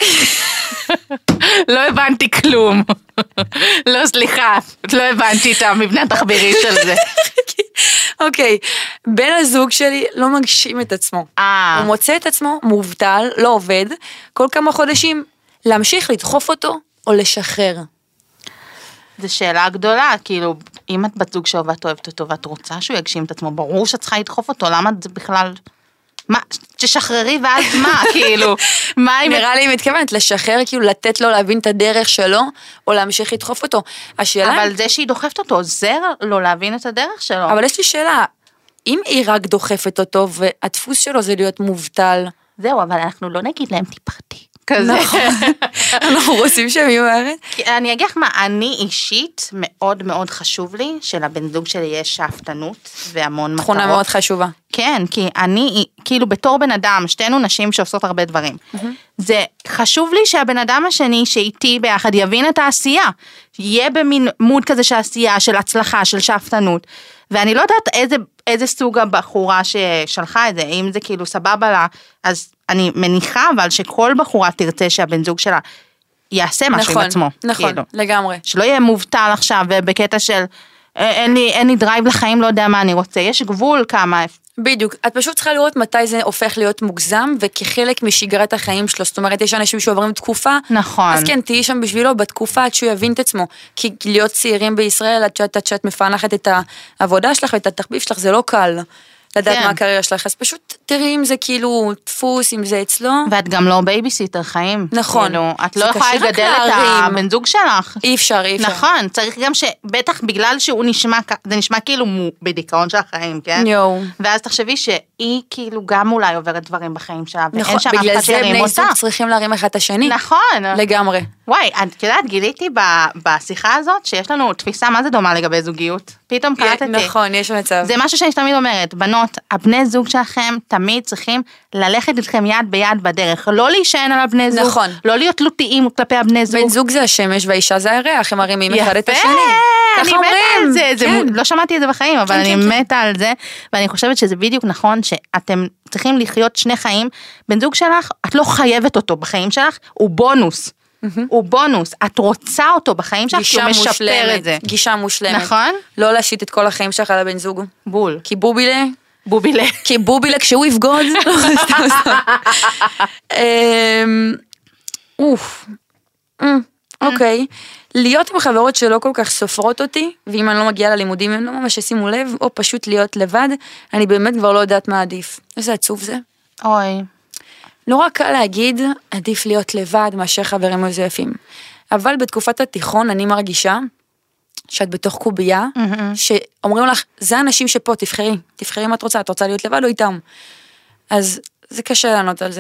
לא הבנתי כלום. לא, סליחה, לא הבנתי את המבנה התחבירי של זה. אוקיי, בן הזוג שלי לא מגשים את עצמו. אה. הוא מוצא את עצמו מובטל, לא עובד, כל כמה חודשים, להמשיך לדחוף אותו או לשחרר. זו שאלה גדולה, כאילו, אם את בת זוג שאוהבת אוהבת אותו, ואת רוצה שהוא יגשים את עצמו, ברור שאת צריכה לדחוף אותו, למה זה בכלל, מה, ששחררי ואז מה, כאילו, מה אם... נראה לי היא מתכוונת, לשחרר, כאילו, לתת לו להבין את הדרך שלו, או להמשיך לדחוף אותו. השאלה... אבל זה שהיא דוחפת אותו, עוזר לו להבין את הדרך שלו. אבל יש לי שאלה, אם היא רק דוחפת אותו, והדפוס שלו זה להיות מובטל, זהו, אבל אנחנו לא נגיד להם תפחדי. כזה. נכון. אנחנו רוצים שהם יהיו הארץ. אני אגיד לך מה, אני אישית מאוד מאוד חשוב לי, שלבן זוג שלי יש שאפתנות והמון מטרות. תכונה מאוד חשובה. כן, כי אני, כאילו בתור בן אדם, שתינו נשים שעושות הרבה דברים. זה חשוב לי שהבן אדם השני שאיתי ביחד יבין את העשייה. יהיה במין מוד כזה של עשייה, של הצלחה, של שאפתנות. ואני לא יודעת איזה, איזה סוג הבחורה ששלחה את זה, אם זה כאילו סבבה לה, אז אני מניחה אבל שכל בחורה תרצה שהבן זוג שלה יעשה משהו נכון, עם עצמו. נכון, כאילו. לגמרי. שלא יהיה מובטל עכשיו בקטע של אין לי, אין לי דרייב לחיים, לא יודע מה אני רוצה, יש גבול כמה. בדיוק, את פשוט צריכה לראות מתי זה הופך להיות מוגזם, וכחלק משגרת החיים שלו, זאת אומרת, יש אנשים שעוברים תקופה, נכון. אז כן, תהיי שם בשבילו בתקופה עד שהוא יבין את עצמו, כי להיות צעירים בישראל, עד שאת, עד שאת מפענחת את העבודה שלך ואת התחביב שלך, זה לא קל לדעת כן. מה הקריירה שלך, אז פשוט תראי אם זה כאילו דפוס, אם זה אצלו. ואת גם לא בייביסיטר חיים. נכון. כאילו, את זה לא יכולה קשה רק לגדל את להרים. הבן זוג שלך. אי אפשר, אי אפשר. נכון, צריך גם שבטח בגלל שהוא נשמע, זה נשמע כאילו הוא בדיכאון של החיים, כן? יואו. ואז תחשבי שהיא כאילו גם אולי עוברת דברים בחיים שלה, ואין נכון, שם אף בגלל אחד זה שירים בני אותה. זוג צריכים להרים אחד את השני. נכון. לגמרי. וואי, את יודעת, גיליתי ב- בשיחה הזאת שיש לנו תפיסה מה זה דומה לגבי זוגיות. פתאום קלטתי. נכון, יש מצב. זה משהו שאני תמיד אומרת, בנות, הבני זוג שלכם תמיד צריכים ללכת איתכם יד ביד בדרך, לא להישען על הבני זוג, נכון. לא להיות תלותיים כלפי הבני זוג. בן זוג זה השמש והאישה זה הירח, הם מרימים אחד את השני. יפה, אני ככה מתה על אומרים. זה, זה כן. מ- לא שמעתי את זה בחיים, אבל כן, אני כן, כן. מתה על זה, ואני חושבת שזה בדיוק נכון, שאתם צריכים לחיות שני חיים, בן זוג שלך, את לא חייבת אותו בחיים שלך, הוא בונוס. הוא בונוס, את רוצה אותו בחיים שלך, כי הוא גישה משפר מושלמת, את זה. גישה מושלמת. נכון? לא להשית את כל החיים שלך על הבן זוג. בול. כי בובילה, בובילה. כי בובילה כשהוא יבגוד. לא, סתם, סתם. אמ, אוף. אמ, אוקיי. להיות עם חברות שלא כל כך סופרות אותי, ואם אני לא מגיעה ללימודים הם לא ממש ישימו לב, או פשוט להיות לבד, אני באמת כבר לא יודעת מה עדיף. איזה עצוב זה. אוי. נורא קל להגיד, עדיף להיות לבד מאשר חברים מזויפים. אבל בתקופת התיכון אני מרגישה שאת בתוך קובייה, שאומרים לך, זה האנשים שפה, תבחרי, תבחרי מה את רוצה, את רוצה להיות לבד או איתם. אז זה קשה לענות על זה.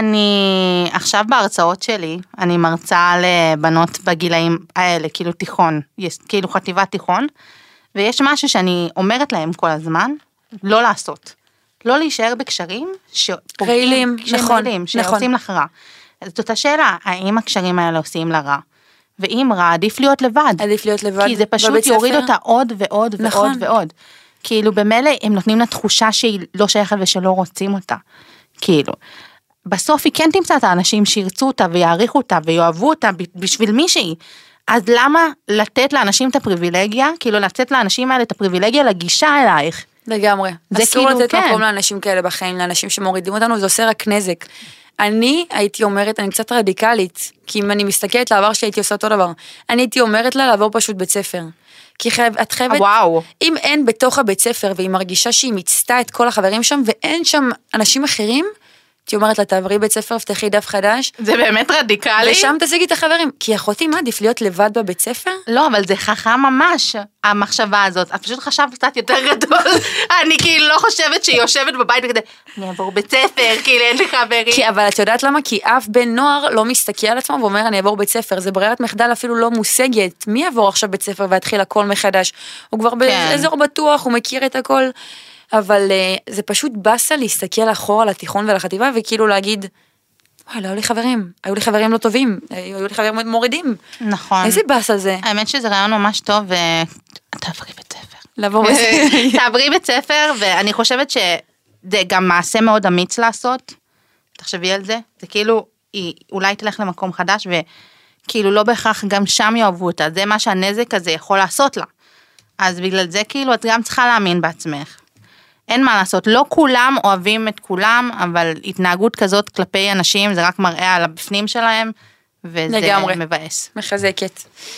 אני עכשיו בהרצאות שלי, אני מרצה לבנות בגילאים האלה, כאילו תיכון, יש, כאילו חטיבת תיכון, ויש משהו שאני אומרת להם כל הזמן, לא לעשות. לא להישאר בקשרים רעילים, נכון, רעילים, שעושים לך רע. זאת השאלה, האם הקשרים האלה עושים לה רע? ואם רע, עדיף להיות לבד. עדיף להיות לבד. כי זה פשוט בבית יוריד ספר. אותה עוד ועוד נכון. ועוד ועוד. כאילו במילא הם נותנים לה תחושה שהיא לא שייכת ושלא רוצים אותה. כאילו. בסוף היא כן תמצא את האנשים שירצו אותה ויעריכו אותה ויאהבו אותה בשביל מישהי. אז למה לתת לאנשים את הפריבילגיה, כאילו לתת לאנשים האלה את הפריבילגיה לגישה אלייך? לגמרי. זה אסור כאילו, לתת כן. מקום לאנשים כאלה בחיים, לאנשים שמורידים אותנו, זה עושה רק נזק. אני הייתי אומרת, אני קצת רדיקלית, כי אם אני מסתכלת לעבר שהייתי עושה אותו דבר, אני הייתי אומרת לה לעבור פשוט בית ספר. כי חייב, את חייבת, וואו. אם אין בתוך הבית ספר, והיא מרגישה שהיא מיצתה את כל החברים שם, ואין שם אנשים אחרים, הייתי אומרת לה, תעברי בית ספר, פתחי דף חדש, זה באמת רדיקלי? ושם תשיגי את החברים. כי אחותי, מה, עדיף להיות לבד בבית ספר? לא, אבל זה חכם ממש, המחשבה הזאת. את פשוט חשבת קצת יותר גדול. אני כאילו לא חושבת שהיא יושבת בבית וכדי, אני אעבור בית ספר, כאילו אין לי חברים. כי, אבל את יודעת למה? כי אף בן נוער לא מסתכל על עצמו ואומר, אני אעבור בית ספר. זה ברירת מחדל אפילו לא מושגת. מי יעבור עכשיו בית ספר ויתחיל הכל מחדש? הוא כבר באזור בטוח, הוא מכיר את הכל. אבל זה פשוט בסה להסתכל אחורה לתיכון ולחטיבה, וכאילו להגיד, וואי, לא היו לי חברים, היו לי חברים לא טובים, היו לי חברים מורידים. נכון. איזה בסה זה? האמת שזה רעיון ממש טוב, תעברי בית ספר. לעבור בית ספר. תעברי בית ספר, ואני חושבת שזה גם מעשה מאוד אמיץ לעשות, תחשבי על זה, זה כאילו, היא אולי תלך למקום חדש, וכאילו לא בהכרח גם שם יאהבו אותה, זה מה שהנזק הזה יכול לעשות לה. אז בגלל זה כאילו את גם צריכה להאמין בעצמך. אין מה לעשות, לא כולם אוהבים את כולם, אבל התנהגות כזאת כלפי אנשים, זה רק מראה על הבפנים שלהם, וזה לגמרי. מבאס. מחזקת.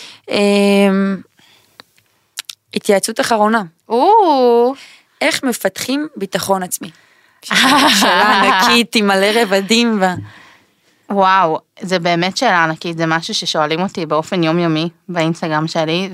התייעצות אחרונה. או, איך מפתחים ביטחון עצמי? שאלה ענקית עם מלא רבדים. וואו, זה באמת שאלה ענקית, זה משהו ששואלים אותי באופן יומיומי באינסטגרם שלי,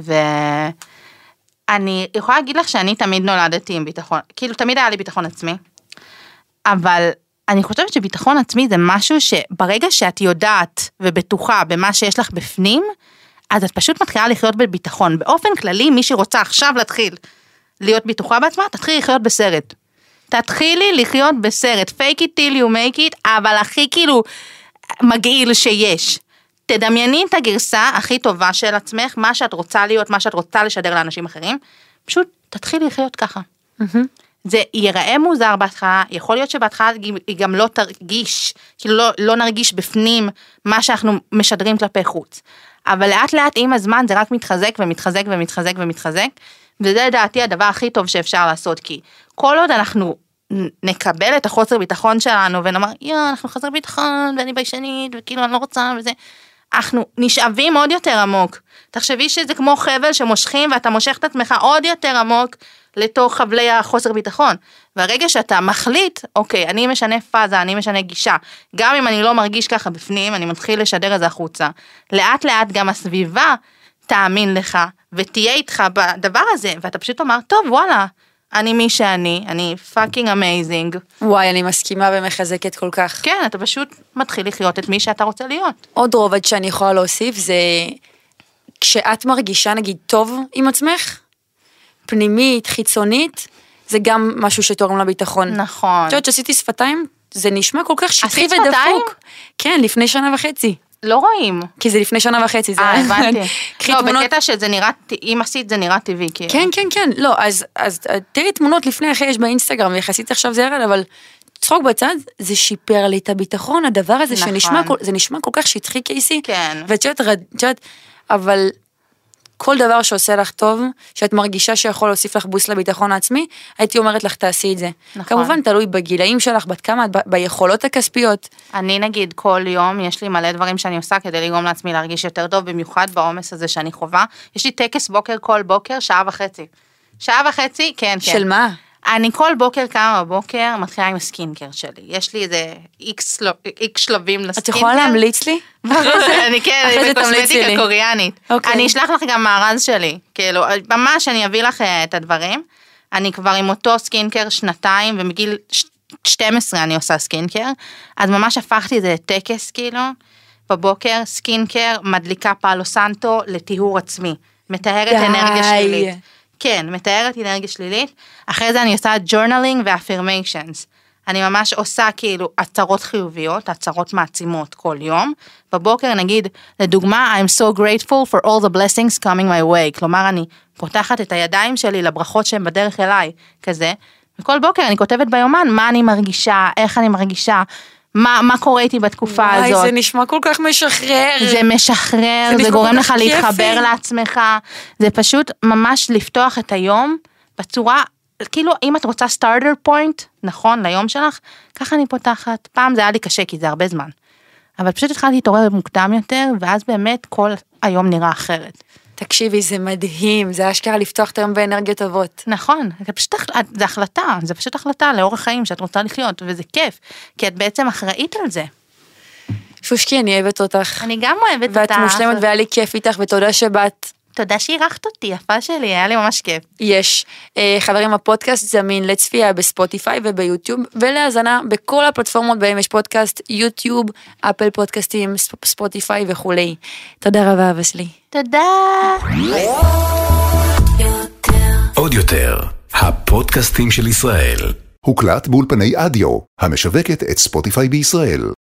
ואני יכולה להגיד לך שאני תמיד נולדתי עם ביטחון, כאילו תמיד היה לי ביטחון עצמי, אבל אני חושבת שביטחון עצמי זה משהו שברגע שאת יודעת ובטוחה במה שיש לך בפנים, אז את פשוט מתחילה לחיות בביטחון. באופן כללי, מי שרוצה עכשיו להתחיל להיות ביטוחה בעצמה, תתחילי לחיות בסרט. תתחילי לחיות בסרט. fake it till you make it, אבל הכי כאילו מגעיל שיש. תדמייני את הגרסה הכי טובה של עצמך, מה שאת רוצה להיות, מה שאת רוצה לשדר לאנשים אחרים, פשוט תתחילי לחיות ככה. זה ייראה מוזר בהתחלה, יכול להיות שבהתחלה היא גם לא תרגיש, כאילו לא, לא נרגיש בפנים מה שאנחנו משדרים כלפי חוץ. אבל לאט לאט עם הזמן זה רק מתחזק ומתחזק ומתחזק ומתחזק, וזה לדעתי הדבר הכי טוב שאפשר לעשות, כי כל עוד אנחנו נקבל את החוסר ביטחון שלנו, ונאמר, יא, אנחנו חסר ביטחון, ואני ביישנית, וכאילו אני לא רוצה, וזה, אנחנו נשאבים עוד יותר עמוק. תחשבי שזה כמו חבל שמושכים, ואתה מושך את עצמך עוד יותר עמוק, לתוך חבלי החוסר ביטחון. והרגע שאתה מחליט, אוקיי, אני משנה פאזה, אני משנה גישה, גם אם אני לא מרגיש ככה בפנים, אני מתחיל לשדר את זה החוצה. לאט לאט גם הסביבה תאמין לך, ותהיה איתך בדבר הזה, ואתה פשוט אומר, טוב, וואלה, אני מי שאני, אני fucking amazing. וואי, אני מסכימה ומחזקת כל כך. כן, אתה פשוט מתחיל לחיות את מי שאתה רוצה להיות. עוד רובד שאני יכולה להוסיף, זה כשאת מרגישה, נגיד, טוב עם עצמך, פנימית, חיצונית, זה גם משהו שתורם לביטחון. נכון. את יודעת שעשיתי שפתיים, זה נשמע כל כך שטחי עשית שפתיים? ודפוק. כן, לפני שנה וחצי. לא רואים. כי זה לפני שנה וחצי. אה, הבנתי. קחי לא, תמונות. בקטע שזה נראה, אם עשית זה נראה טבעי. כן, כן, כן. לא, אז, אז תראי תמונות לפני אחרי יש באינסטגרם, ויחסית עכשיו זה ירד, אבל צחוק בצד, זה שיפר לי את הביטחון, הדבר הזה נכון. שנשמע, זה נשמע כל כך שטחי קייסי. כן. ואת יודעת, אבל כל דבר שעושה לך טוב, שאת מרגישה שיכול להוסיף לך בוסט לביטחון העצמי, הייתי אומרת לך, תעשי את זה. נכון. כמובן, תלוי בגילאים שלך, בת כמה, ב- ביכולות הכספיות. אני נגיד כל יום, יש לי מלא דברים שאני עושה כדי לגרום לעצמי להרגיש יותר טוב, במיוחד בעומס הזה שאני חובה. יש לי טקס בוקר כל בוקר, שעה וחצי. שעה וחצי, כן, כן. של מה? אני כל בוקר קמה בבוקר, מתחילה עם הסקינקר שלי. יש לי איזה איקס שלבים לסקינקר. את יכולה להמליץ לי? אני כן, אני בקוסמטיקה קוריאנית. אני אשלח לך גם מארז שלי. כאילו, ממש אני אביא לך את הדברים. אני כבר עם אותו סקינקר שנתיים, ומגיל שתים עשרה אני עושה סקינקר. אז ממש הפכתי את זה לטקס, כאילו, בבוקר, סקינקר, מדליקה פאלו סנטו לטיהור עצמי. מטהרת אנרגיה שלילית. כן, מתארת אנרגיה שלילית, אחרי זה אני עושה journaling ו-affirmations, אני ממש עושה כאילו הצהרות חיוביות, הצהרות מעצימות כל יום, בבוקר נגיד, לדוגמה, I'm so grateful for all the blessings coming my way, כלומר אני פותחת את הידיים שלי לברכות שהן בדרך אליי, כזה, וכל בוקר אני כותבת ביומן, מה אני מרגישה, איך אני מרגישה, מה, מה קורה איתי בתקופה וואי, הזאת. זה נשמע כל כך משחרר. זה משחרר, זה, זה גורם לך כיפי. להתחבר לעצמך, זה פשוט ממש לפתוח את היום בצורה, כאילו אם את רוצה starter point, נכון, ליום שלך, ככה אני פותחת, פעם זה היה לי קשה כי זה הרבה זמן, אבל פשוט התחלתי להתעורר מוקדם יותר, ואז באמת כל היום נראה אחרת. תקשיבי, זה מדהים, זה אשכרה לפתוח את היום באנרגיות טובות. נכון, זה פשוט, זה החלטה, זה פשוט החלטה לאורך חיים שאת רוצה לחיות, וזה כיף, כי את בעצם אחראית על זה. שושקי, אני אוהבת אותך. אני גם אוהבת אותך. ואת מושלמת והיה לי כיף איתך, ותודה שבאת. תודה שאירחת אותי, יפה שלי, היה לי ממש כיף. יש. חברים, הפודקאסט זמין לצפייה בספוטיפיי וביוטיוב, ולהזנה בכל הפלטפורמות בהם יש פודקאסט, יוטיוב, אפל פודקאסטים, ספוטיפיי וכולי. תודה רבה, אבא שלי. תודה. עוד יותר, הפודקאסטים של ישראל. הוקלט באולפני אדיו, המשווקת את ספוטיפיי בישראל.